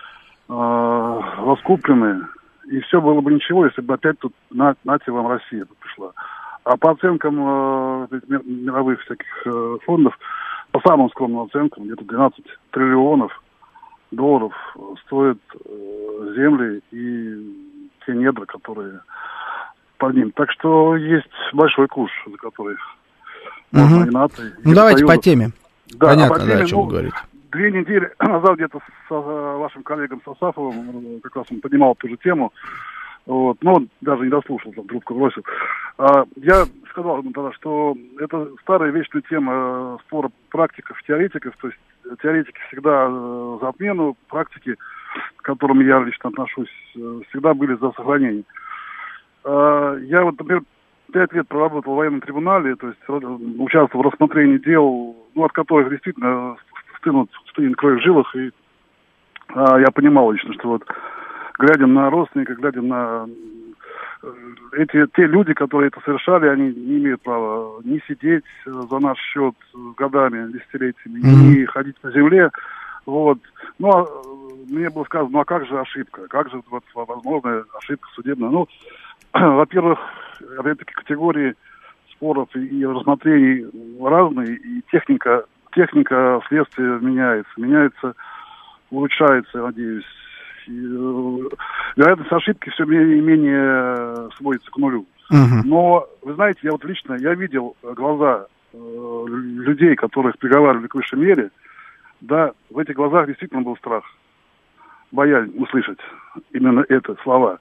раскуплены, и все было бы ничего, если бы опять тут на, нате вам Россия тут пришла. А по оценкам э, мировых всяких э, фондов, по самым скромным оценкам, где-то двенадцать триллионов долларов стоят э, земли и те недра, которые под ним. Так что есть большой куш, за который угу. можно и НАТО, и ну, давайте по теме. Да, понятно, а по теме, да, о чем ну, вы говорите. Две недели назад где-то с вашим коллегом Сосафовым, как раз он поднимал ту же тему, вот, но он даже не дослушал, там трубку бросил. А, я сказал ему тогда, что это старая вечная тема спора практиков, теоретиков, то есть теоретики всегда за отмену, практики, к которым я лично отношусь, всегда были за сохранение. А, я вот, например, пять лет проработал в военном трибунале, то есть участвовал в рассмотрении дел, ну, от которых действительно стынут, стынет кровь в жилах, и а, я понимал лично, что вот, глядя на родственника, глядя на эти, те люди, которые это совершали, они не имеют права ни сидеть за наш счет годами, десятилетиями, mm-hmm. ни ходить по земле. Вот. Ну, а мне было сказано, ну а как же ошибка? Как же вот, возможная ошибка судебная? Ну, во-первых, опять-таки категории споров и рассмотрений разные, и техника, техника следствия меняется, меняется, улучшается, я надеюсь. И, вероятность ошибки все менее и менее сводится к нулю. Uh-huh. Но, вы знаете, я вот лично, я видел глаза э, людей, которых приговаривали к высшей мере, да, в этих глазах действительно был страх, боязнь услышать именно это слова.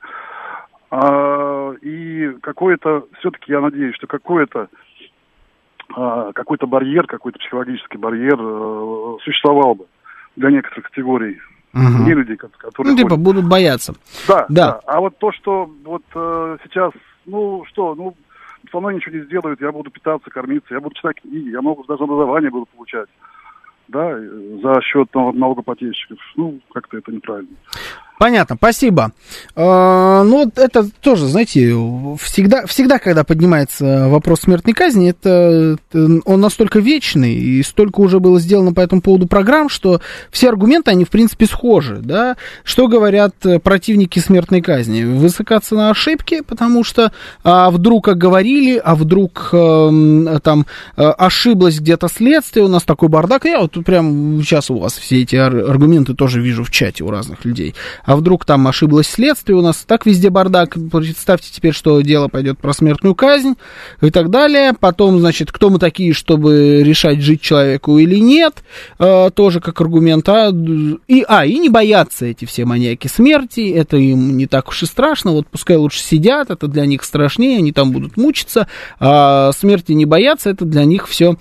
А, и какое-то, все-таки я надеюсь, что какое-то а, какой-то барьер, какой-то психологический барьер а, существовал бы для некоторых категорий uh-huh. не людей, которые... Ну, типа, ходят. Будут бояться. Да, да, да. А вот то, что вот а, сейчас, ну, что, ну, со мной ничего не сделают, я буду питаться, кормиться, я буду читать книги, я могу даже образование буду получать, да, за счет налогоплательщиков. Ну, как-то это неправильно. Понятно, спасибо. А, ну, вот это тоже, знаете, всегда, всегда, когда поднимается вопрос смертной казни, это, это он настолько вечный, и столько уже было сделано по этому поводу программ, что все аргументы, они, в принципе, схожи, да. Что говорят противники смертной казни? Высока цена ошибки, потому что а вдруг оговорили, а вдруг а, там а, ошиблось где-то следствие, у нас такой бардак. Я вот тут прям сейчас у вас все эти аргументы тоже вижу в чате у разных людей. А вдруг там ошиблось следствие, у нас так везде бардак, представьте теперь, что дело пойдет про смертную казнь и так далее. Потом, значит, кто мы такие, чтобы решать, жить человеку или нет, э, тоже как аргумент. А и, а, и не боятся эти все маньяки смерти, это им не так уж и страшно, вот пускай лучше сидят, это для них страшнее, они там будут мучиться, а смерти не боятся, это для них все...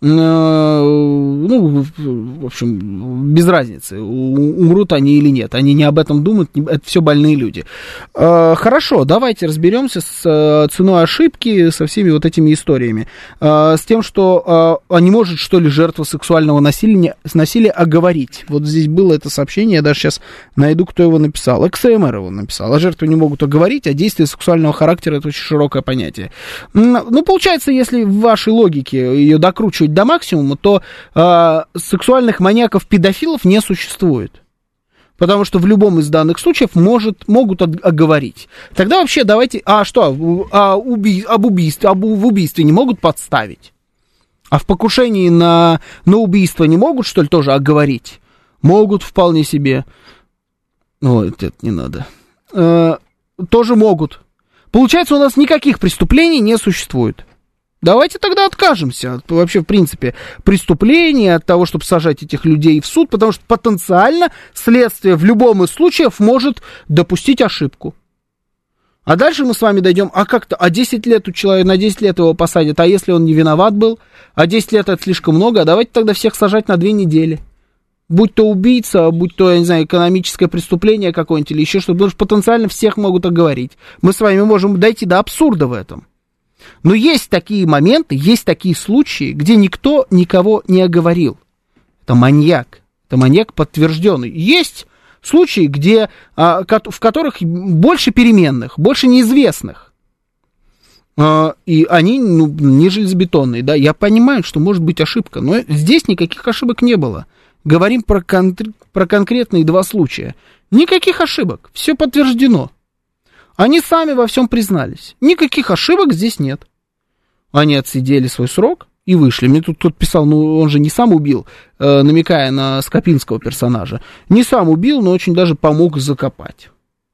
Ну, в общем, без разницы, умрут они или нет. Они не об этом думают, это все больные люди. Хорошо, давайте разберемся с ценой ошибки, со всеми вот этими историями. С тем, что а не может, что ли, жертва сексуального насилия, насилия оговорить. Вот здесь было это сообщение, я даже сейчас найду, кто его написал. икс эм эр его написал. А жертвы не могут оговорить, а действия сексуального характера — это очень широкое понятие. Ну, получается, если в вашей логике ее докручивать до максимума, то э, сексуальных маньяков-педофилов не существует. Потому что в любом из данных случаев может, могут оговорить. Тогда вообще давайте... А что, а уби, об убийстве, об, в убийстве не могут подставить? А в покушении на, на убийство не могут, что ли, тоже оговорить? Могут вполне себе. Ой, это не надо. Э, тоже могут. Получается, у нас никаких преступлений не существует. Давайте тогда откажемся от, вообще, в принципе, преступления, от того, чтобы сажать этих людей в суд, потому что потенциально следствие в любом из случаев может допустить ошибку. А дальше мы с вами дойдем, а как-то, а десять лет у человека, на десять лет его посадят, а если он не виноват был, а десять лет это слишком много, а давайте тогда всех сажать на две недели. Будь то убийца, будь то, я не знаю, экономическое преступление какое-нибудь или еще что-то, потому что потенциально всех могут оговорить. Мы с вами можем дойти до абсурда в этом. Но есть такие моменты, есть такие случаи, где никто никого не оговорил. Это маньяк. Это маньяк подтвержденный. Есть случаи, где, а, в которых больше переменных, больше неизвестных. А, и они, ну, не железобетонные. Да? Я понимаю, что может быть ошибка, но здесь никаких ошибок не было. Говорим про, кон- про конкретные два случая. Никаких ошибок. Все подтверждено. Они сами во всем признались. Никаких ошибок здесь нет. Они отсидели свой срок и вышли. Мне тут кто-то писал, ну он же не сам убил, э, намекая на Скопинского персонажа. Не сам убил, но очень даже помог закопать.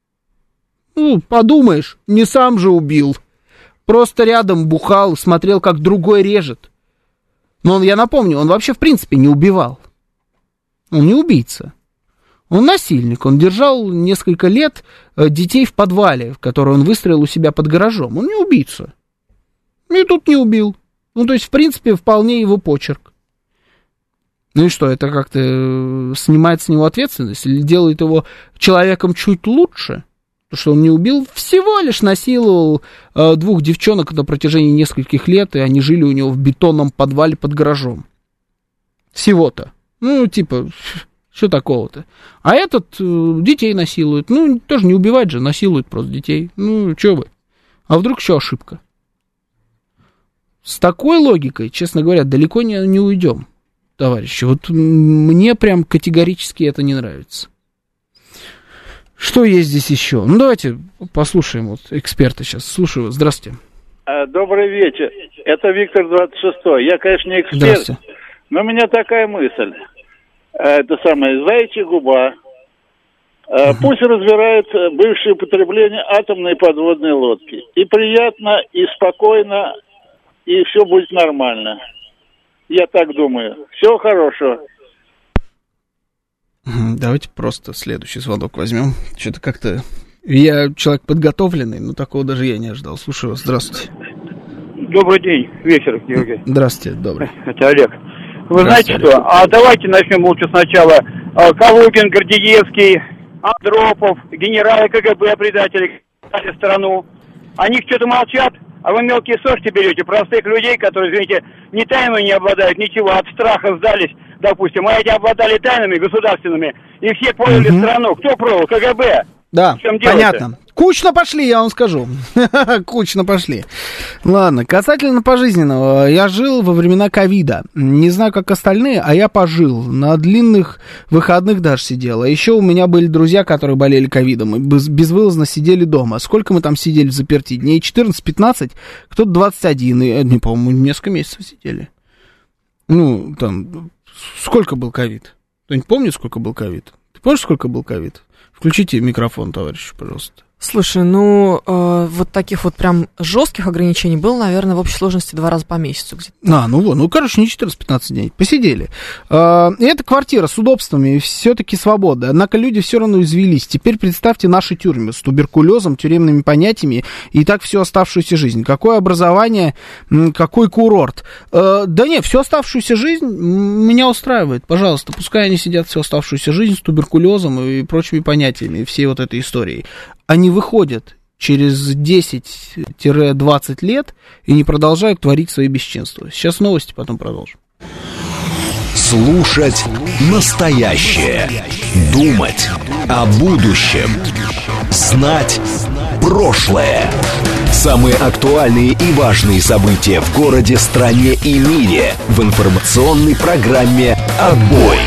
Ну, подумаешь, не сам же убил. Просто рядом бухал, смотрел, как другой режет. Но он, я напомню, он вообще в принципе не убивал. Он не убийца. Он насильник, он держал несколько лет детей в подвале, в который он выстроил у себя под гаражом. Он не убийца. И тут не убил. Ну, то есть, в принципе, вполне его почерк. Ну и что, это как-то снимает с него ответственность? Или делает его человеком чуть лучше? Потому что он не убил, всего лишь насиловал э, двух девчонок на протяжении нескольких лет, и они жили у него в бетонном подвале под гаражом. Всего-то. Ну, типа... Что такого-то? А этот э, детей насилует. Ну, тоже не убивать же, насилует просто детей. Ну, что вы. А вдруг еще ошибка? С такой логикой, честно говоря, далеко не, не уйдем, товарищи. Вот мне прям категорически это не нравится. Что есть здесь еще? Ну, давайте послушаем вот эксперта сейчас. Слушаю вас. Здравствуйте. Добрый вечер. Это Виктор двадцать шестой. Я, конечно, не эксперт, но у меня такая мысль. Это самое, заячья губа. Uh-huh. Пусть разбирают бывшее употребление атомной подводной лодки. И приятно, и спокойно, и все будет нормально. Я так думаю. Всего хорошего. Давайте просто следующий звонок возьмем. Что-то как-то... Я человек подготовленный, но такого даже я не ожидал. Слушаю вас. Здравствуйте. Добрый день. Вечер, Георгий. Здравствуйте. Добрый. Это Олег. Вы знаете что? А давайте начнем лучше сначала. Калугин, Гордеевский, Андропов, генералы КГБ, предатели, предали страну. Они что-то молчат, а вы мелкие сошки берете простых людей, которые, извините, ни тайнами не обладают, ничего, от страха сдались, допустим, а эти обладали тайнами государственными, и все продали угу. страну. Кто продал? КГБ. Да, понятно. Кучно пошли, я вам скажу. Кучно пошли. Ладно, касательно пожизненного. Я жил во времена ковида. Не знаю, как остальные, а я пожил. На длинных выходных даже сидел. А еще у меня были друзья, которые болели ковидом. И безвылазно сидели дома. Сколько мы там сидели в заперти? Дней четырнадцать-пятнадцать, кто-то двадцать один. И, не, по-моему, несколько месяцев сидели. Ну, там, сколько был ковид? Кто-нибудь помнит, сколько был ковид? Ты помнишь, сколько был ковид? Включите микрофон, товарищ, пожалуйста. Слушай, ну, э, вот таких вот прям жестких ограничений было, наверное, в общей сложности два раза по месяцу где-то. А, ну вот, ну, короче, не четырнадцать-пятнадцать дней. Посидели. Э, и это квартира с удобствами, все-таки свобода. Однако люди все равно извелись. Теперь представьте наши тюрьмы с туберкулезом, тюремными понятиями и так всю оставшуюся жизнь. Какое образование, какой курорт. Э, да нет, всю оставшуюся жизнь меня устраивает. Пожалуйста, пускай они сидят всю оставшуюся жизнь с туберкулезом и прочими понятиями, и всей вот этой историей. Они выходят через десять-двадцать лет и не продолжают творить свои бесчинства. Сейчас новости, потом продолжим. Слушать настоящее. Думать о будущем. Знать прошлое. Самые актуальные и важные события в городе, стране и мире в информационной программе «Отбой».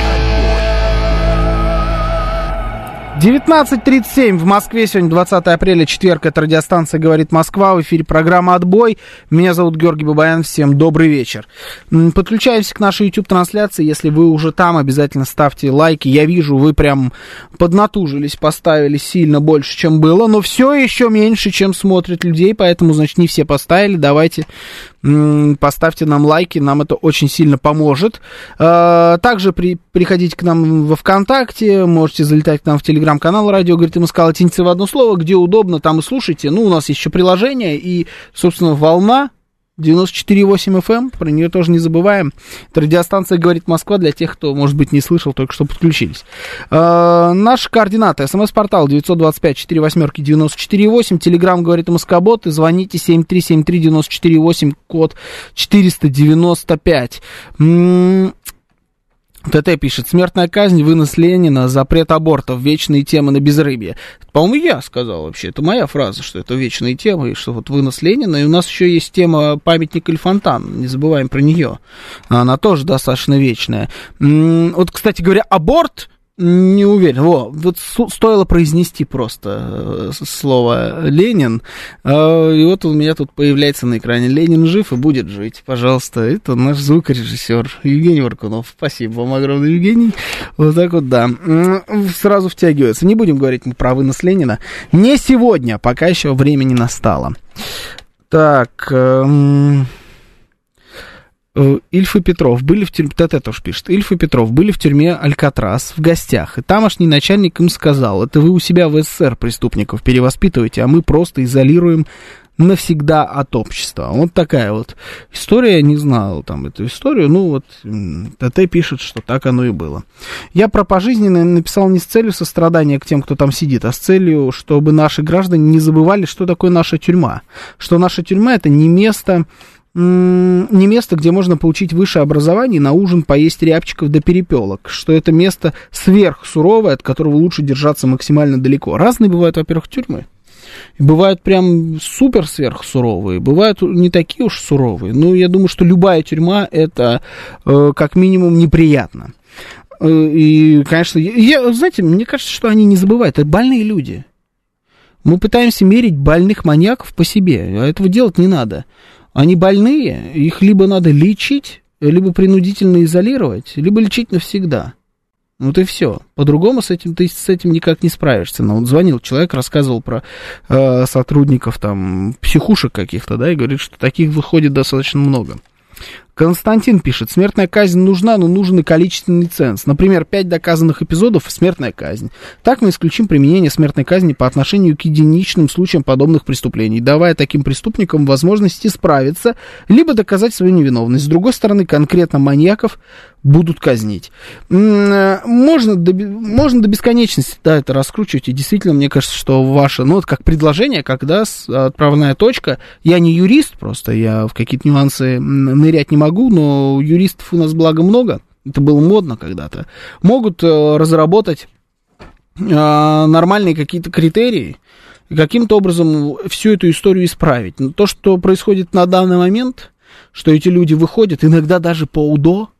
девятнадцать тридцать семь в Москве, сегодня двадцатое апреля, четверг, это радиостанция «Говорит Москва», в эфире программа «Отбой». Меня зовут Георгий Бабаян, всем добрый вечер. Подключаемся к нашей YouTube-трансляции, если вы уже там, обязательно ставьте лайки. Я вижу, вы прям поднатужились, поставили сильно больше, чем было, но все еще меньше, чем смотрят людей, поэтому, значит, не все поставили, давайте... Поставьте нам лайки, нам это очень сильно поможет. Также при, приходите к нам во ВКонтакте, можете залетать к нам в телеграм-канал «Радио говорит МСК», латиница в одно слово, где удобно, там и слушайте. Ну, у нас есть еще приложение и, собственно, волна девяносто четыре и восемь эф эм, про нее тоже не забываем. Это радиостанция «Говорит Москва» для тех, кто, может быть, не слышал, только что подключились. Э, наши координаты. СМС-портал девять два пять четыре восемь девяносто четыре восемь. Телеграм «Говорит МСК-бот». И звоните семь три семь три девяносто четыре восемь, код четыреста девяносто пять. М-м- ТТ пишет: смертная казнь, вынос Ленина, запрет абортов, вечные темы на безрыбье. По-моему, я сказал вообще, это моя фраза, что это вечные темы, и что вот вынос Ленина. И у нас еще есть тема памятник или фонтан, не забываем про нее. Она тоже достаточно вечная. Вот, кстати говоря, аборт... Не уверен. Во, вот стоило произнести просто слово «Ленин», и вот у меня тут появляется на экране: «Ленин жив и будет жить». Пожалуйста, это наш звукорежиссер Евгений Варкунов. Спасибо вам огромное, Евгений. Вот так вот, да. Сразу втягивается. Не будем говорить мы про вынос Ленина. Не сегодня, пока еще время не настало. Так... Эм... Ильф и Петров были в тюрьме, ТТ тоже пишет, Ильф и Петров были в тюрьме Алькатрас в гостях, и тамошний начальник им сказал: это вы у себя в СССР преступников перевоспитываете, а мы просто изолируем навсегда от общества. Вот такая вот история, я не знал там эту историю, ну вот ТТ пишет, что так оно и было. Я про пожизненное написал не с целью сострадания к тем, кто там сидит, а с целью, чтобы наши граждане не забывали, что такое наша тюрьма, что наша тюрьма — это не место... не место, где можно получить высшее образование, на ужин поесть рябчиков до перепелок, что это место сверхсуровое, от которого лучше держаться максимально далеко. Разные бывают, во-первых, тюрьмы. Бывают прям супер-сверхсуровые, бывают не такие уж суровые. Ну, я думаю, что любая тюрьма – это э, как минимум неприятно. И, конечно, я, знаете, мне кажется, что они не забывают, это больные люди. Мы пытаемся мерить больных маньяков по себе, а этого делать не надо. Они больные, их либо надо лечить, либо принудительно изолировать, либо лечить навсегда. Вот и все. По-другому с этим ты с этим никак не справишься. Но вот звонил человек, рассказывал про э, сотрудников там психушек каких-то, да, и говорит, что таких выходит достаточно много. Константин пишет, смертная казнь нужна, но нужен и количественный ценз. Например, пять доказанных эпизодов – смертная казнь. Так мы исключим применение смертной казни по отношению к единичным случаям подобных преступлений, давая таким преступникам возможности справиться, либо доказать свою невиновность. С другой стороны, конкретно маньяков будут казнить. Можно до, можно до бесконечности, да, это раскручивать, и действительно, мне кажется, что ваше, ну, вот как предложение, когда отправная точка, я не юрист просто, я в какие-то нюансы нырять не могу, но юристов у нас, благо, много, это было модно когда-то, могут э, разработать э, нормальные какие-то критерии, и каким-то образом всю эту историю исправить. Но то, что происходит на данный момент, что эти люди выходят, иногда даже по УДО,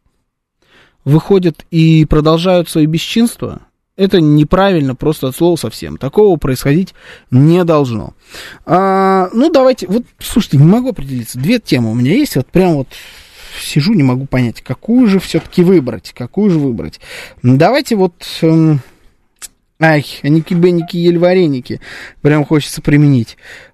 выходят и продолжают свои бесчинства, это неправильно просто от слова совсем. Такого происходить не должно. А, ну, давайте, вот, слушайте, не могу определиться. Две темы у меня есть, вот прям вот сижу, не могу понять, какую же все-таки выбрать, какую же выбрать. Давайте вот... Эм, ай, аники-беники, ель-вареники, прям хочется применить.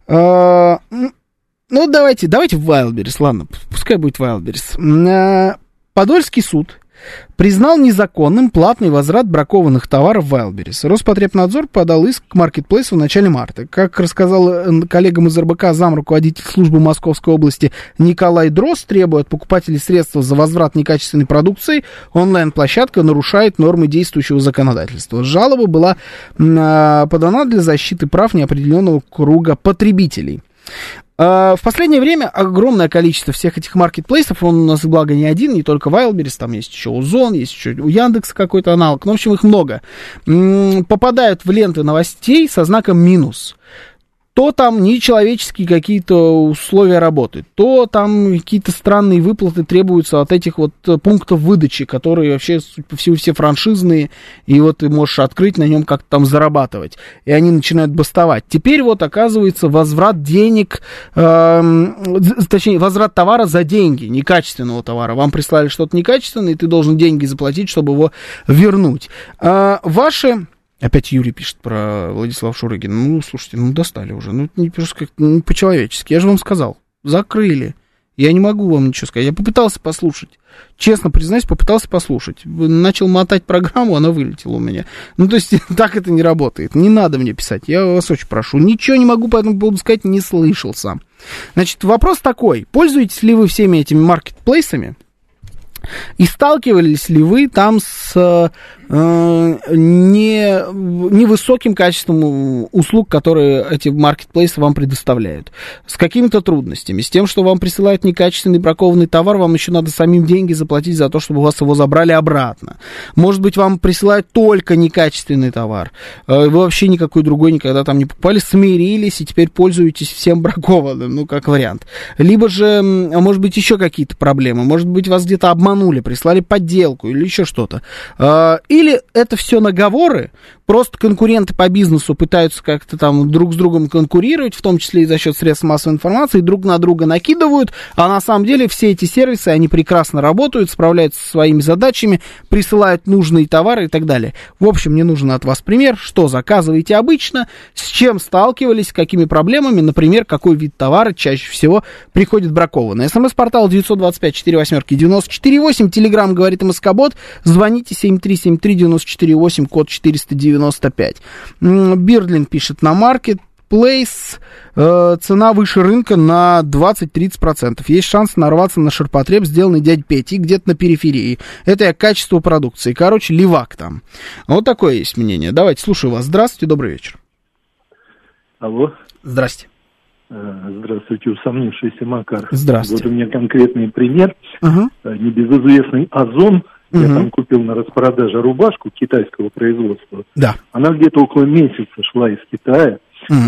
А, ну, давайте, давайте в Wildberries, ладно, пускай будет Wildberries. А, Подольский суд признал незаконным платный возврат бракованных товаров в Wildberries. Роспотребнадзор подал иск к маркетплейсу в начале марта. Как рассказал коллегам из эр бэ ка замруководитель службы Московской области Николай Дрозд, требуя от покупателей средства за возврат некачественной продукции, онлайн-площадка нарушает нормы действующего законодательства. Жалоба была э, подана для защиты прав неопределенного круга потребителей. В последнее время огромное количество всех этих маркетплейсов, он у нас, благо, не один, не только Wildberries, там есть еще Озон, есть еще у Яндекса какой-то аналог, ну, в общем, их много, попадают в ленты новостей со знаком минус. То там нечеловеческие какие-то условия работы, то там какие-то странные выплаты требуются от этих вот пунктов выдачи, которые вообще, по всему, все франшизные, и вот ты можешь открыть на нем как-то там зарабатывать. И они начинают бастовать. Теперь вот оказывается возврат денег, э, точнее, возврат товара за деньги, некачественного товара. Вам прислали что-то некачественное, и ты должен деньги заплатить, чтобы его вернуть. Э, ваши... Опять Юрий пишет про Владислава Шурыгина. Ну, слушайте, ну, достали уже. Ну, не просто как ну, по-человечески. Я же вам сказал. Закрыли. Я не могу вам ничего сказать. Я попытался послушать. Честно признаюсь, попытался послушать. Начал мотать программу, она вылетела у меня. Ну, то есть, так это не работает. Не надо мне писать. Я вас очень прошу. Ничего не могу по этому поводу сказать, не слышал сам. Значит, вопрос такой. Пользуетесь ли вы всеми этими маркетплейсами? И сталкивались ли вы там с э, не, невысоким качеством услуг, которые эти маркетплейсы вам предоставляют? С какими-то трудностями? С тем, что вам присылают некачественный бракованный товар, вам еще надо самим деньги заплатить за то, чтобы у вас его забрали обратно. Может быть, вам присылают только некачественный товар. Вы вообще никакой другой никогда там не покупали, смирились и теперь пользуетесь всем бракованным, ну, как вариант. Либо же, может быть, еще какие-то проблемы. Может быть, вас где-то обманули, прислали подделку или еще что-то. Или это все наговоры, просто конкуренты по бизнесу пытаются как-то там друг с другом конкурировать, в том числе и за счет средств массовой информации, друг на друга накидывают, а на самом деле все эти сервисы, они прекрасно работают, справляются со своими задачами, присылают нужные товары и так далее. В общем, мне нужен от вас пример, что заказываете обычно, с чем сталкивались, с какими проблемами, например, какой вид товара чаще всего приходит бракованный. СМС-портал девять два пять четыре восемь девяносто четыре восемь, Телеграм говорит МСК-бот, звоните семь три семь три девяносто четыре восемь, код четыреста девяносто пять. Бирдлин пишет, на маркетплейс э, цена выше рынка на двадцать-тридцать процентов. Есть шанс нарваться на ширпотреб, сделанный дядь Петей где-то на периферии. Это я качество продукции. Короче, левак там. Вот такое есть мнение. Давайте, слушаю вас. Здравствуйте, добрый вечер. Алло. Здрасте. Здравствуйте, усомнившийся Макар. Здравствуйте. Вот у меня конкретный пример. Uh-huh. Небезызвестный Озон. Uh-huh. Я там купил на распродаже рубашку китайского производства. Да. Она где-то около месяца шла из Китая. Uh-huh.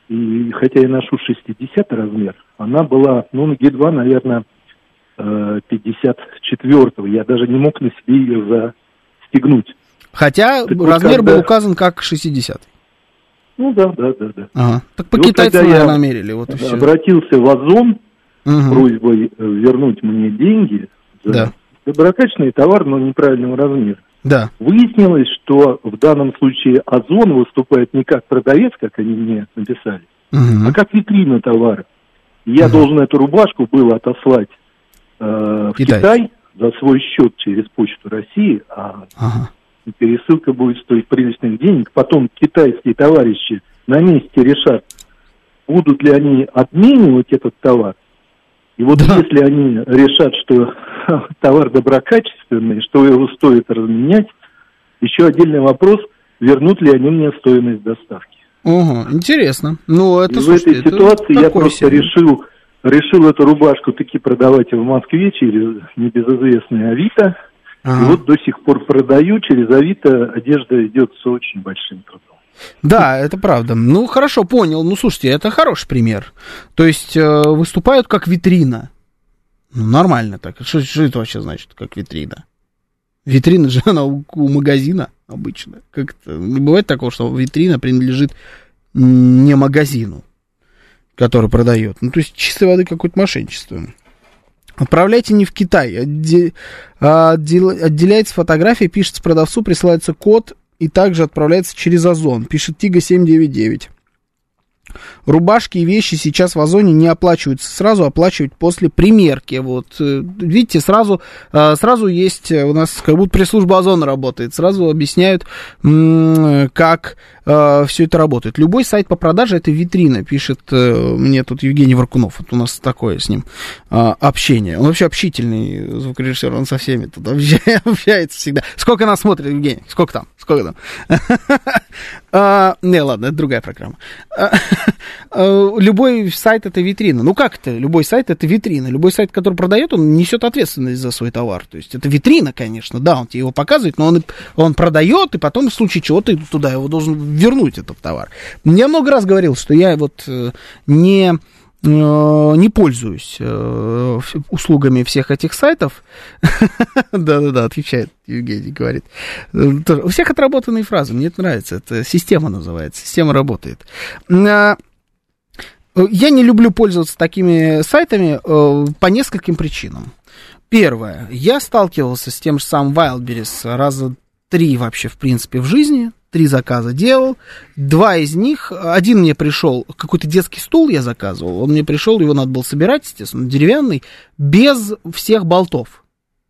и хотя я ношу шестидесятый размер, она была, ну, на Г два, наверное, пятьдесят четвёртого. Я даже не мог на себе ее застегнуть. Хотя так размер вот когда... был указан как шестидесятый. Ну да, да, да, да. Ага. Так по китайцам, вот, наверное, мерили. Вот и все. Обратился в Озон угу. с просьбой вернуть мне деньги за да. доброкачественный товар, но неправильного размера. Да. Выяснилось, что в данном случае Озон выступает не как продавец, как они мне написали, угу. а как витрина товара. Я угу. должен эту рубашку было отослать э, в Китай. Китай за свой счет через Почту России, а ага. пересылка будет стоить приличных денег. Потом китайские товарищи на месте решат, будут ли они обменивать этот товар. И вот да. если они решат, что товар доброкачественный, что его стоит разменять, еще отдельный вопрос, вернут ли они мне стоимость доставки. Угу, интересно. Ну, это, и слушайте, в этой ситуации я просто себе. решил, решил эту рубашку таки продавать в Москве через небезызвестное Авито. Ага. И вот до сих пор продаю. Через Авито одежда идет с очень большим трудом. Да, это правда. Ну, хорошо, понял. Ну, слушайте, это хороший пример. То есть, э, выступают как витрина. Ну, нормально так. Что, что это вообще значит, как витрина? Витрина же она у, у магазина обычно. Как-то не бывает такого, что витрина принадлежит не магазину, который продает. Ну, то есть, чистой воды какое-то мошенничество. Отправляйте не в Китай. Отде... Отдел... Отделяется фотография, пишется продавцу, присылается код и также отправляется через Озон. Пишет Тига семь девять девять. Рубашки и вещи сейчас в Озоне не оплачиваются сразу, оплачивают после примерки. Вот, видите, сразу, сразу есть, у нас как будто пресс-служба Озона работает, сразу объясняют, как все это работает. Любой сайт по продаже — это витрина, пишет мне тут Евгений Варкунов. Вот у нас такое с ним общение. Он вообще общительный звукорежиссер, он со всеми тут общается всегда. Сколько нас смотрит, Евгений? Сколько там? Сколько там? Не, ладно, это другая программа. Любой сайт — это витрина. Ну как это? Любой сайт — это витрина. Любой сайт, который продает, он несет ответственность за свой товар. То есть это витрина, конечно, да, он тебе его показывает, но он, он продает, и потом в случае чего ты туда его должен вернуть, этот товар. Я много раз говорил, что я вот не... не пользуюсь э, услугами всех этих сайтов. Да-да-да, отвечает Евгений, говорит. У всех отработанные фразы, мне это нравится. Это система называется, система работает. Я не люблю пользоваться такими сайтами э, по нескольким причинам. Первое. Я сталкивался с тем же самым Wildberries раза три вообще, в принципе, в жизни. Три заказа делал, два из них, один мне пришел, какой-то детский стул я заказывал, он мне пришел, его надо было собирать, естественно, деревянный, без всех болтов.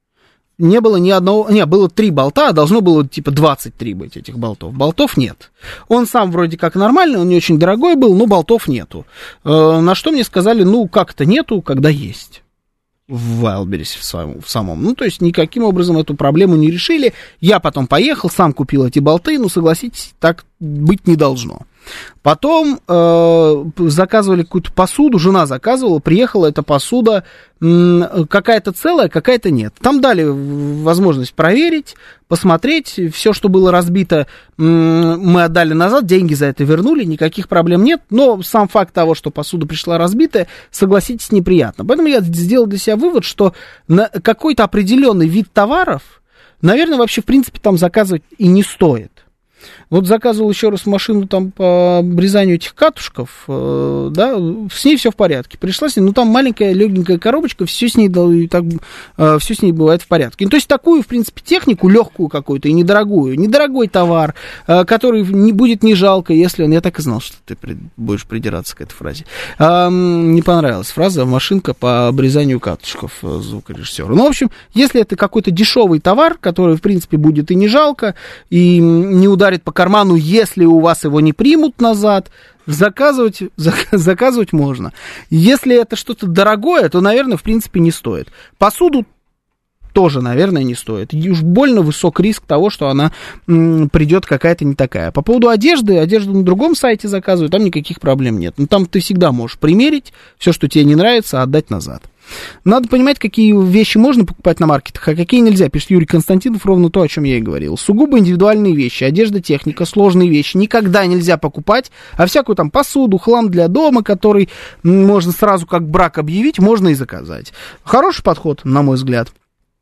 Не было ни одного, не, было три болта, а должно было типа двадцать три быть этих болтов. Болтов нет. Он сам вроде как нормальный, он не очень дорогой был, но болтов нету. Э, на что мне сказали, ну как-то нету, когда есть. В Wildberries в самом, в самом. Ну, то есть, никаким образом эту проблему не решили. Я потом поехал, сам купил эти болты, ну, согласитесь, так быть не должно. Потом э, заказывали какую-то посуду, жена заказывала, приехала эта посуда, м, какая-то целая, какая-то нет. Там дали возможность проверить, посмотреть, все, что было разбито, м, мы отдали назад, деньги за это вернули, никаких проблем нет, но сам факт того, что посуда пришла разбитая, согласитесь, неприятно. Поэтому я сделал для себя вывод, что на какой-то определенный вид товаров, наверное, вообще, в принципе, там заказывать и не стоит. Вот заказывал еще раз машину там по обрезанию этих катушков, э, да, с ней все в порядке. Пришла с ней, ну там маленькая легенькая коробочка, все с ней, так, э, все с ней бывает в порядке. Ну, то есть такую, в принципе, технику легкую какую-то и недорогую, недорогой товар, э, который не будет не жалко, если он, я так и знал, что ты при, будешь придираться к этой фразе. Э, не понравилась фраза «машинка по обрезанию катушков» звукорежиссера. Ну, в общем, если это какой-то дешевый товар, который, в принципе, будет и не жалко, и не ударит по карману, если у вас его не примут назад, заказывать, заказывать можно. Если это что-то дорогое, то, наверное, в принципе, не стоит. Посуду тоже, наверное, не стоит. И уж больно высок риск того, что она м, придет какая-то не такая. По поводу одежды, одежду на другом сайте заказываю, там никаких проблем нет. Но там ты всегда можешь примерить все, что тебе не нравится, отдать назад. Надо понимать, какие вещи можно покупать на маркетах, а какие нельзя, пишет Юрий Константинов, ровно то, о чем я и говорил. Сугубо индивидуальные вещи, одежда, техника, сложные вещи никогда нельзя покупать, а всякую там посуду, хлам для дома, который можно сразу как брак объявить, можно и заказать. Хороший подход, на мой взгляд.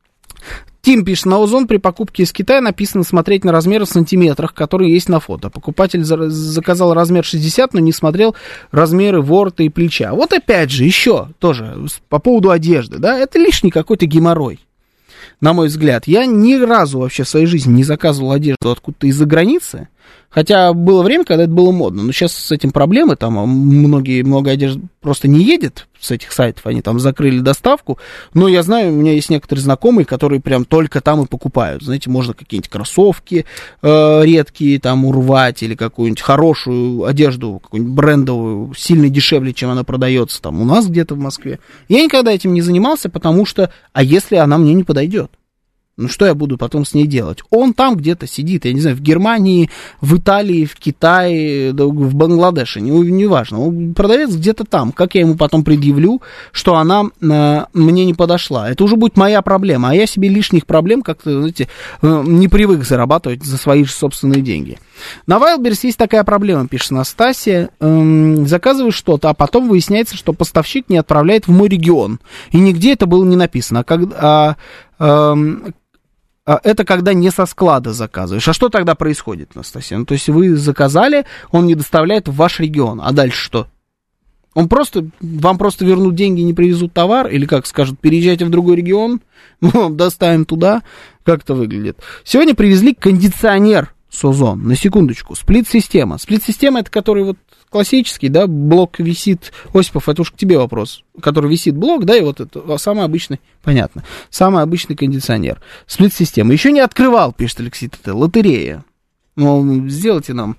Тим пишет, на Озон при покупке из Китая написано смотреть на размеры в сантиметрах, которые есть на фото. Покупатель за- заказал размер шестьдесят, но не смотрел размеры ворота и плеча. Вот опять же, еще тоже по поводу одежды, да, это лишний какой-то геморрой, на мой взгляд. Я ни разу вообще в своей жизни не заказывал одежду откуда-то из-за границы, хотя было время, когда это было модно, но сейчас с этим проблемы, там многие, много одежды просто не едет с этих сайтов, они там закрыли доставку, но я знаю, у меня есть некоторые знакомые, которые прям только там и покупают, знаете, можно какие-нибудь кроссовки э, редкие там урвать или какую-нибудь хорошую одежду, какую-нибудь брендовую, сильно дешевле, чем она продается там у нас где-то в Москве. Я никогда этим не занимался, потому что, а если она мне не подойдет? Ну, что я буду потом с ней делать? Он там где-то сидит, я не знаю, в Германии, в Италии, в Китае, в Бангладеше, не, не важно. Продавец где-то там. Как я ему потом предъявлю, что она э, мне не подошла? Это уже будет моя проблема. А я себе лишних проблем как-то, знаете, э, не привык зарабатывать за свои же собственные деньги. На Wildberries есть такая проблема, пишет Настасья. Эм, заказываешь что-то, а потом выясняется, что поставщик не отправляет в мой регион. И нигде это было не написано. А когда... А, эм, это когда не со склада заказываешь. А что тогда происходит, Настасья? Ну, то есть вы заказали, он не доставляет в ваш регион. А дальше что? Он просто, вам просто вернут деньги и не привезут товар? Или как скажут, переезжайте в другой регион, мы вам доставим туда? Как это выглядит? Сегодня привезли кондиционер с Озон. На секундочку. Сплит-система. Сплит-система, это который вот классический, да, блок висит. Осипов, это уж к тебе вопрос. Который висит блок, да, и вот это самый обычный, понятно, самый обычный кондиционер. Сплит-система. Еще не открывал, пишет Алексей Т Т. Лотерея. Ну, сделайте нам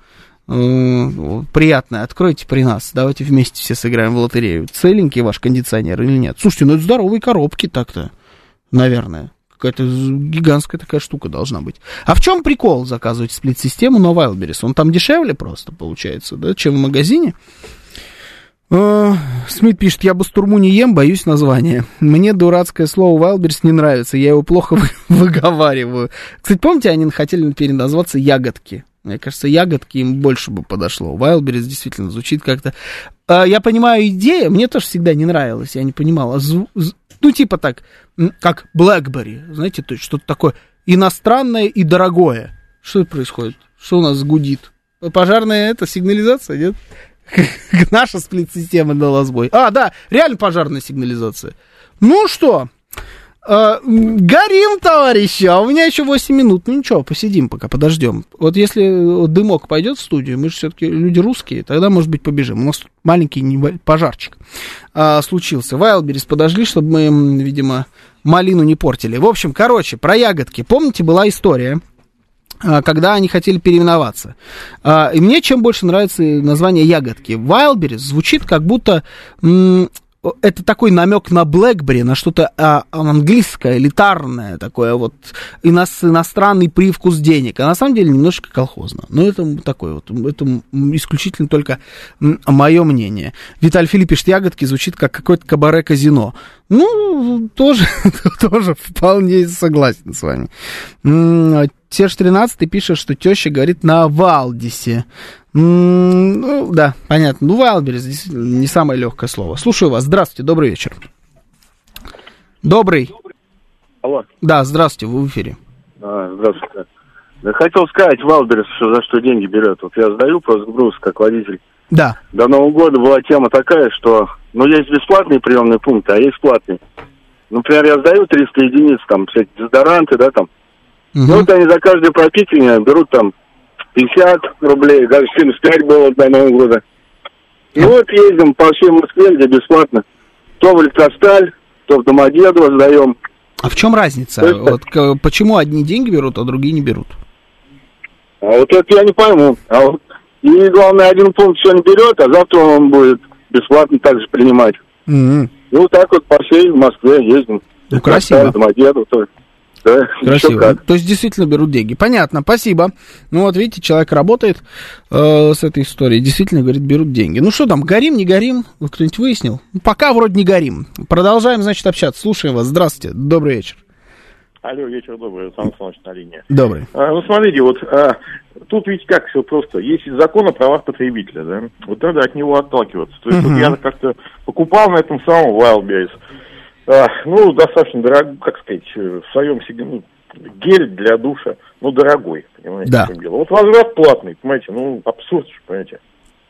э, приятное, откройте при нас. Давайте вместе все сыграем в лотерею. Целенький ваш кондиционер или нет? Слушайте, ну это здоровые коробки так-то, наверное. Какая-то гигантская такая штука должна быть. А в чем прикол заказывать сплит-систему на Wildberries? Он там дешевле просто получается, да, чем в магазине? Смит пишет, я бастурму не ем, боюсь названия. Мне дурацкое слово Wildberries не нравится, я его плохо выговариваю. Кстати, помните, они хотели переназваться ягодки? Мне кажется, ягодки им больше бы подошло. Wildberries действительно звучит как-то... Я понимаю идею, мне тоже всегда не нравилось, я не понимал. Ну, типа так, как BlackBerry, знаете, то есть что-то такое иностранное и дорогое. Что происходит? Что у нас гудит? Пожарная это сигнализация, нет? Наша сплит-система дала сбой. А, да, реально пожарная сигнализация. Ну что, э, горим, товарищи, а у меня еще восемь минут. Ну ничего, посидим пока, подождем. Вот если дымок пойдет в студию, мы же все-таки люди русские, тогда, может быть, побежим. У нас тут маленький пожарчик а, случился. Wildberries подожгли, чтобы мы им, видимо, малину не портили. В общем, короче, про ягодки. Помните, была история, когда они хотели переименоваться. И мне чем больше нравится название ягодки. Wildberries звучит как будто... М- это такой намек на BlackBerry, на что-то а, английское, элитарное, такое вот ино- иностранный привкус денег. А на самом деле немножко колхозно. Но это такое вот, это исключительно только мое мнение. Виталий Филипп пишет, ягодки звучит как какое-то кабаре-казино. Ну, тоже, тоже вполне согласен с вами. Серж тринадцатый пишет, что теща говорит на Валдисе. Ну, да, понятно. Ну, Wildberries действительно не самое легкое слово. Слушаю вас. Здравствуйте, добрый вечер. Добрый. Алло. Да, здравствуйте, вы в эфире. А, здравствуйте. Да, хотел сказать, Wildberries, что за что деньги берет. Вот я сдаю просто груз как водитель. Да. До Нового года была тема такая, что, ну, есть бесплатные приемные пункты, а есть платные. Например, я сдаю триста единиц, там, всякие дезодоранты, да, там. Угу. Ну, вот они за каждое пропитывание берут там пятьдесят рублей, даже семьдесят пять было до Нового года. Ну вот ездим по всей Москве, где бесплатно. То в Электросталь, то в Домодедово сдаем. А в чем разница? есть, вот, к, почему одни деньги берут, а другие не берут? А вот это я не пойму. А вот, и главное, один пункт сегодня берет, а завтра он будет бесплатно также принимать. Mm-hmm. И вот так вот по всей Москве ездим. Ну, красиво. Домодедово тоже. Да, красиво. То есть действительно берут деньги. Понятно, спасибо. Ну вот видите, человек работает э, с этой историей, действительно, говорит, берут деньги. Ну что там, горим, не горим? Вы кто-нибудь выяснил? Пока вроде не горим. Продолжаем, значит, общаться. Слушаем вас. Здравствуйте, добрый вечер. Алло, вечер добрый, Сан Саныч на линии. Добрый. А, ну, смотрите, вот а, тут ведь как все просто. Есть закон о правах потребителя, да? Вот надо от него отталкиваться. То есть uh-huh. вот я как-то покупал на этом самом Wildberries. А, ну, достаточно дорогой, как сказать, в своем сегменте, ну, гель для душа, ну, дорогой, понимаете, да. в чем дело. Вот возврат платный, понимаете, ну, абсурд, понимаете.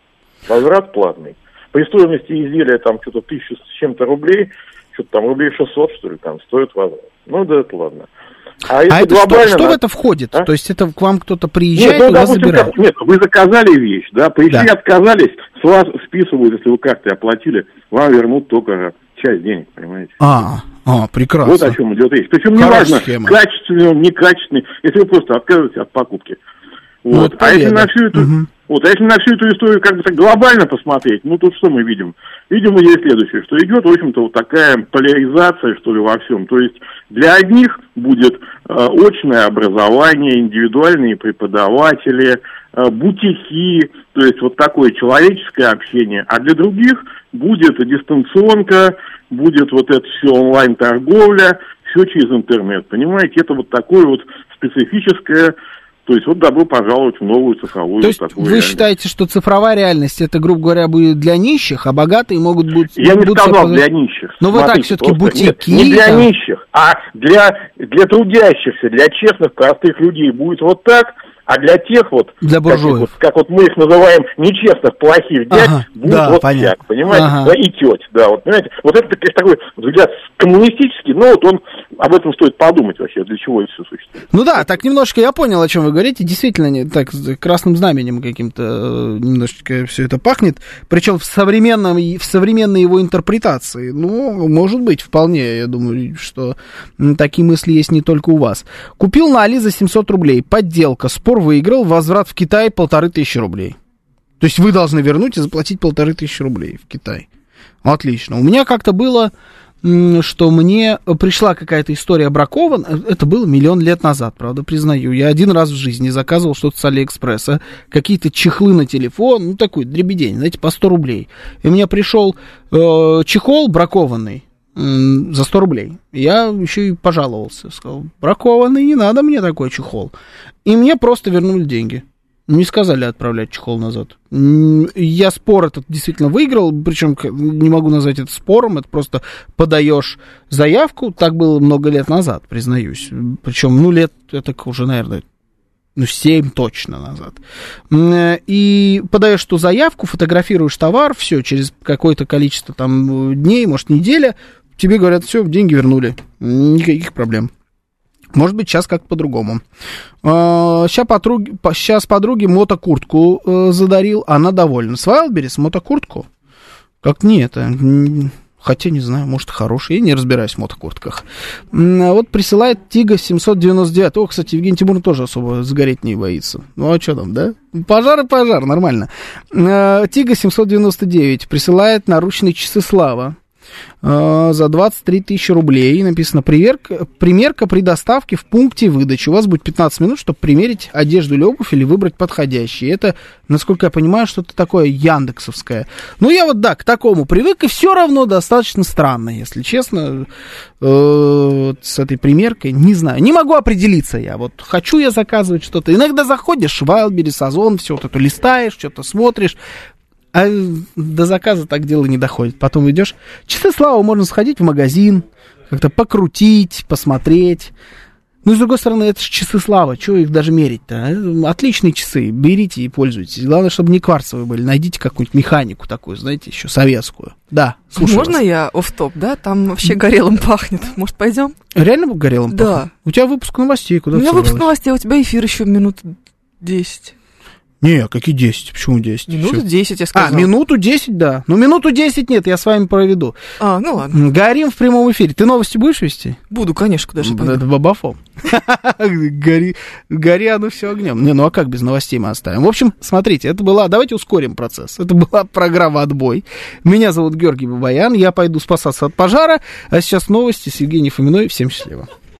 Возврат платный. При стоимости изделия там что-то тысячу с чем-то рублей, что-то там рублей шестьсот, что ли, там стоит возврат. Ну, да, это ладно. А, а это что, что на... в это входит? А? То есть это к вам кто-то приезжает, нет, ну, и вас допустим, забирает? Как, нет, вы заказали вещь, да, пришли, да. отказались, с вас списывают, если вы картой оплатили, вам вернут только часть денег, понимаете? А, а, прекрасно. Вот о чем идет речь. Причем не важно, качественный он, некачественный, если вы просто отказываетесь от покупки. Вот. Вот, а если на всю эту, угу. вот, а если на всю эту историю как бы так глобально посмотреть, ну тут что мы видим? Видим мы здесь следующее, что идет, в общем-то, вот такая поляризация, что ли, во всем. То есть для одних будет э, очное образование, индивидуальные преподаватели, э, бутики, то есть вот такое человеческое общение, а для других будет дистанционка, будет вот это все онлайн-торговля, все через интернет, понимаете? Это вот такое вот специфическое. То есть вот добро пожаловать в новую цифровую. То есть вы реальность. Считаете, что цифровая реальность, это, грубо говоря, будет для нищих, а богатые могут быть... Я не сказал для нищих. Но вы так все-таки бутики... Нет, не для там... нищих, а для, для трудящихся, для честных, простых людей будет вот так, а для тех вот... Для буржуев. Как, как вот мы их называем нечестных, плохих дядь, ага, будет да, вот понятно. так, понимаете? Ага. Да, и теть, да, вот, понимаете? Вот это, конечно, такой взгляд коммунистический, но вот он... Об этом стоит подумать вообще, для чего это все существует. Ну да, так немножко я понял, о чем вы говорите. Действительно, не, так красным знаменем каким-то немножечко все это пахнет. Причем в, современном, в современной его интерпретации. Ну, может быть, вполне. Я думаю, что такие мысли есть не только у вас. Купил на Али за семьсот рублей. Подделка. Спор выиграл. Возврат в Китай полторы тысячи рублей. То есть вы должны вернуть и заплатить полторы тысячи рублей в Китай. Отлично. У меня как-то было... что мне пришла какая-то история бракована, это было миллион лет назад, правда, признаю. Я один раз в жизни заказывал что-то с Алиэкспресса, какие-то чехлы на телефон, ну, такой дребедень, знаете, по сто рублей. И мне пришел э, чехол бракованный э, за сто рублей. Я еще и пожаловался, сказал, бракованный, не надо мне такой чехол. И мне просто вернули деньги. Не сказали отправлять чехол назад. Я спор этот действительно выиграл, причем не могу назвать это спором, это просто подаешь заявку, так было много лет назад, признаюсь. Причем, ну, лет, это уже, наверное, ну, семь точно назад. И подаешь ту заявку, фотографируешь товар, все, через какое-то количество там дней, может, неделя, тебе говорят, все, деньги вернули, никаких проблем. Может быть, сейчас как-то по-другому. Сейчас, подруги, сейчас подруге мотокуртку э, задарил, она довольна. С Wildberries мотокуртку? Как не это? Хотя, не знаю, может, хорошая. Я не разбираюсь в мотокуртках. Вот присылает Тига семьсот девяносто девять. О, кстати, Евгений Тимур тоже особо сгореть не боится. Ну, а что там, да? Пожар и пожар, нормально. Тига семьсот девяносто девять присылает наручные часы Слава. За двадцать три тысячи рублей. Написано, примерка, примерка при доставке в пункте выдачи. У вас будет пятнадцать минут, чтобы примерить одежду или обувь или выбрать подходящие. Это, насколько я понимаю, что-то такое яндексовское. Ну, я вот, да, к такому привык, и все равно достаточно странно, если честно, э, с этой примеркой. Не знаю, не могу определиться я. Вот хочу я заказывать что-то. Иногда заходишь в Wildberries, Озон, все вот это листаешь, что-то смотришь. А до заказа так дело не доходит. Потом идешь. Часы Слава можно сходить в магазин, как-то покрутить, посмотреть. Ну, с другой стороны, это же часы Слава. Чего их даже мерить-то? Отличные часы. Берите и пользуйтесь. Главное, чтобы не кварцевые были. Найдите какую-нибудь механику такую, знаете, еще советскую. Да, слушаю Можно вас. Я офф-топ, да? Там вообще горелым пахнет. Может, пойдем? Реально горелым да. пахнет? У тебя выпуск новостей. Куда у меня выпуск новостей, а у тебя эфир еще минут десять. Не, какие десять? Почему десять? Минуту десять, я сказал. А, минуту десять, да. Ну, минуту десять нет, я с вами проведу. А, ну ладно. Горим в прямом эфире. Ты новости будешь вести? Буду, конечно, куда же пойду. Это бабафом. Гори, гори оно все огнем. Не, ну а как без новостей мы оставим? В общем, смотрите, это была... Давайте ускорим процесс. Это была программа «Отбой». Меня зовут Георгий Бабаян. Я пойду спасаться от пожара. А сейчас новости с Евгением Фоминой. Всем счастливо.